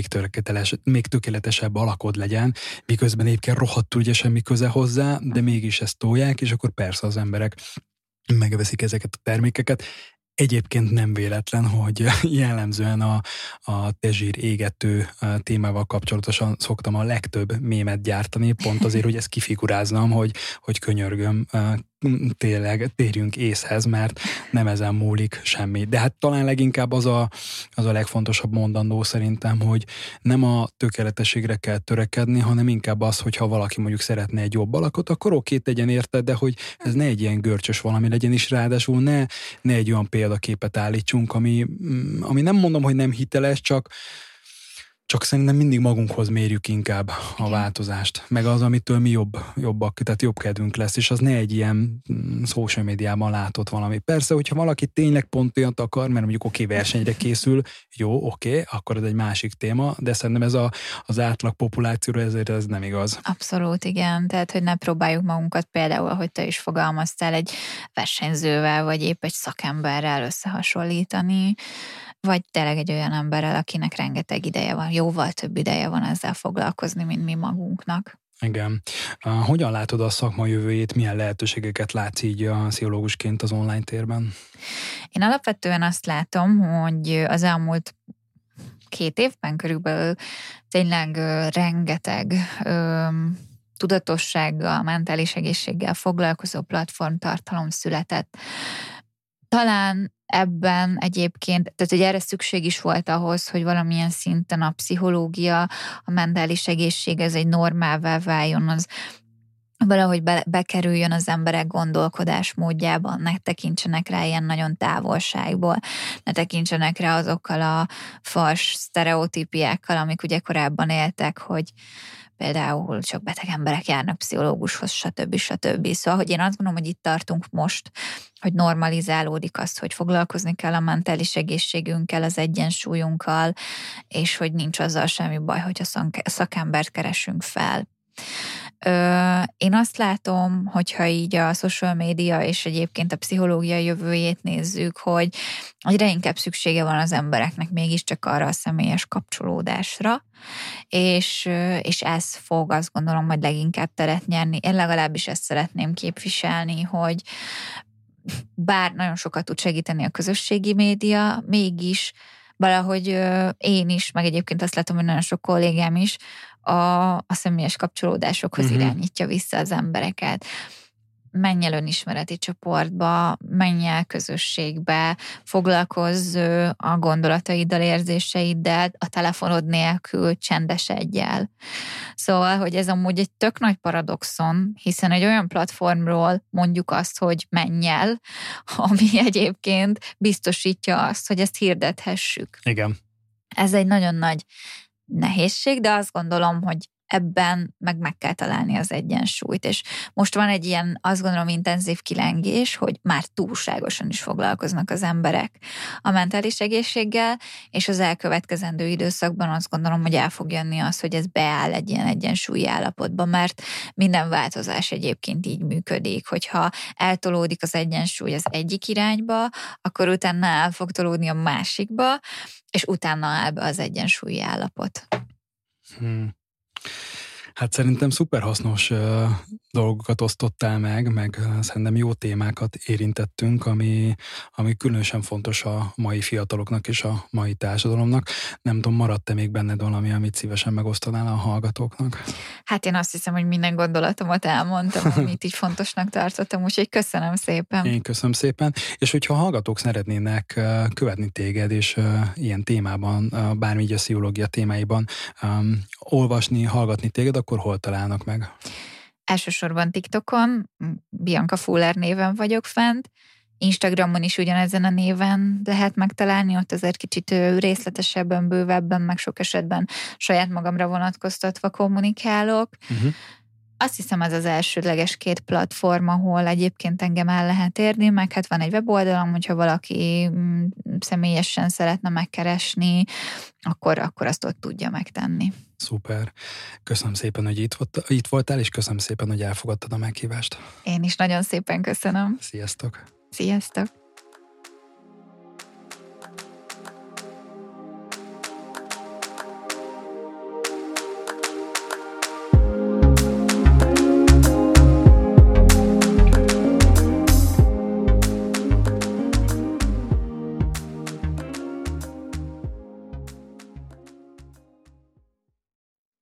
még tökéletesebb alakod legyen, miközben egyébként rohadtul ugye semmi köze hozzá, de mégis ezt tolják, és akkor persze az emberek megveszik ezeket a termékeket. Egyébként nem véletlen, hogy jellemzően a tezsír égető témával kapcsolatosan szoktam a legtöbb mémet gyártani, pont azért, hogy ezt kifiguráznam, hogy könyörgöm, tényleg térjünk észhez, mert nem ezen múlik semmi. De hát talán leginkább az a legfontosabb mondandó szerintem, hogy nem a tökéletességre kell törekedni, hanem inkább az, hogyha valaki mondjuk szeretne egy jobb alakot, akkor oké, tegyen érte, de hogy ez ne egy ilyen görcsös valami legyen, is ráadásul ne egy olyan példaképet állítsunk, ami nem mondom, hogy nem hiteles, csak szerintem mindig magunkhoz mérjük inkább a változást. Meg az, amitől mi jobbak, tehát jobb kedvünk lesz, és az ne egy ilyen social médiában látott valami. Persze, hogyha valaki tényleg pont olyat akar, mert mondjuk versenyre készül, jó, akkor ez egy másik téma, de szerintem ez az átlag populációra ezért ez nem igaz. Abszolút, igen. Tehát, hogy ne próbáljuk magunkat például, ahogy te is fogalmaztál, egy versenyzővel, vagy épp egy szakemberrel összehasonlítani, vagy tényleg egy olyan emberrel, akinek rengeteg ideje van, jóval több ideje van ezzel foglalkozni, mint mi magunknak. Igen. Hogyan látod a szakma jövőjét, milyen lehetőségeket látsz így a pszichológusként az online térben? Én alapvetően azt látom, hogy az elmúlt 2 évben körülbelül tényleg rengeteg tudatossággal, mentális egészséggel foglalkozó platformtartalom született. Talán ebben egyébként, tehát hogy erre szükség is volt ahhoz, hogy valamilyen szinten a pszichológia, a mentális egészség, ez egy normává váljon, az valahogy bekerüljön az emberek gondolkodásmódjában, ne tekintsenek rá ilyen nagyon távolságból, ne tekintsenek rá azokkal a fals sztereotípiákkal, amik ugye korábban éltek, hogy például csak beteg emberek járnak pszichológushoz, stb. Szóval, hogy én azt gondolom, hogy itt tartunk most, hogy normalizálódik az, hogy foglalkozni kell a mentális egészségünkkel, az egyensúlyunkkal, és hogy nincs azzal semmi baj, hogyha szakembert keresünk fel. Én azt látom, hogyha így a social media és egyébként a pszichológia jövőjét nézzük, hogy egyre inkább szüksége van az embereknek mégiscsak arra a személyes kapcsolódásra, és ez fog, azt gondolom, hogy leginkább teret nyerni. Én legalábbis ezt szeretném képviselni, hogy bár nagyon sokat tud segíteni a közösségi média, mégis valahogy én is, meg egyébként azt látom, hogy nagyon sok kollégám is a személyes kapcsolódásokhoz irányítja vissza az embereket. Menj el önismereti csoportba, menj el közösségbe, foglalkozz a gondolataiddal, érzéseiddel, a telefonod nélkül, csendesedj el. Szóval, hogy ez amúgy egy tök nagy paradoxon, hiszen egy olyan platformról mondjuk azt, hogy menj el, ami egyébként biztosítja azt, hogy ezt hirdethessük. Igen. Ez egy nagyon nagy nehézség, de azt gondolom, hogy ebben meg kell találni az egyensúlyt, és most van egy ilyen, azt gondolom, intenzív kilengés, hogy már túlságosan is foglalkoznak az emberek a mentális egészséggel, és az elkövetkezendő időszakban azt gondolom, hogy el fog jönni az, hogy ez beáll egy ilyen egyensúlyi állapotba, mert minden változás egyébként így működik, hogyha eltolódik az egyensúly az egyik irányba, akkor utána el fog tolódni a másikba, és utána áll be az egyensúlyi állapot. Hát szerintem szuper hasznos dolgokat osztottál meg szerintem jó témákat érintettünk, ami különösen fontos a mai fiataloknak és a mai társadalomnak. Nem tudom, maradt-e még benned valami, amit szívesen megosztanál a hallgatóknak? Hát én azt hiszem, hogy minden gondolatomat elmondtam, amit így fontosnak tartottam, úgyhogy köszönöm szépen. Én köszönöm szépen, és hogyha a hallgatók szeretnének követni téged, és ilyen témában, bármi így a pszichológia témáiban olvasni, hallgatni téged, akkor hol találnak meg? Elsősorban TikTokon, Bianca Fuller néven vagyok fent, Instagramon is ugyanezen a néven lehet megtalálni, ott azért kicsit részletesebben, bővebben, meg sok esetben saját magamra vonatkoztatva kommunikálok. Azt hiszem, ez az elsődleges 2 platform, ahol egyébként engem el lehet érni, meg hát van egy weboldalam, hogyha valaki személyesen szeretne megkeresni, akkor azt ott tudja megtenni. Szuper. Köszönöm szépen, hogy itt voltál, és köszönöm szépen, hogy elfogadtad a meghívást. Én is nagyon szépen köszönöm. Sziasztok! Sziasztok!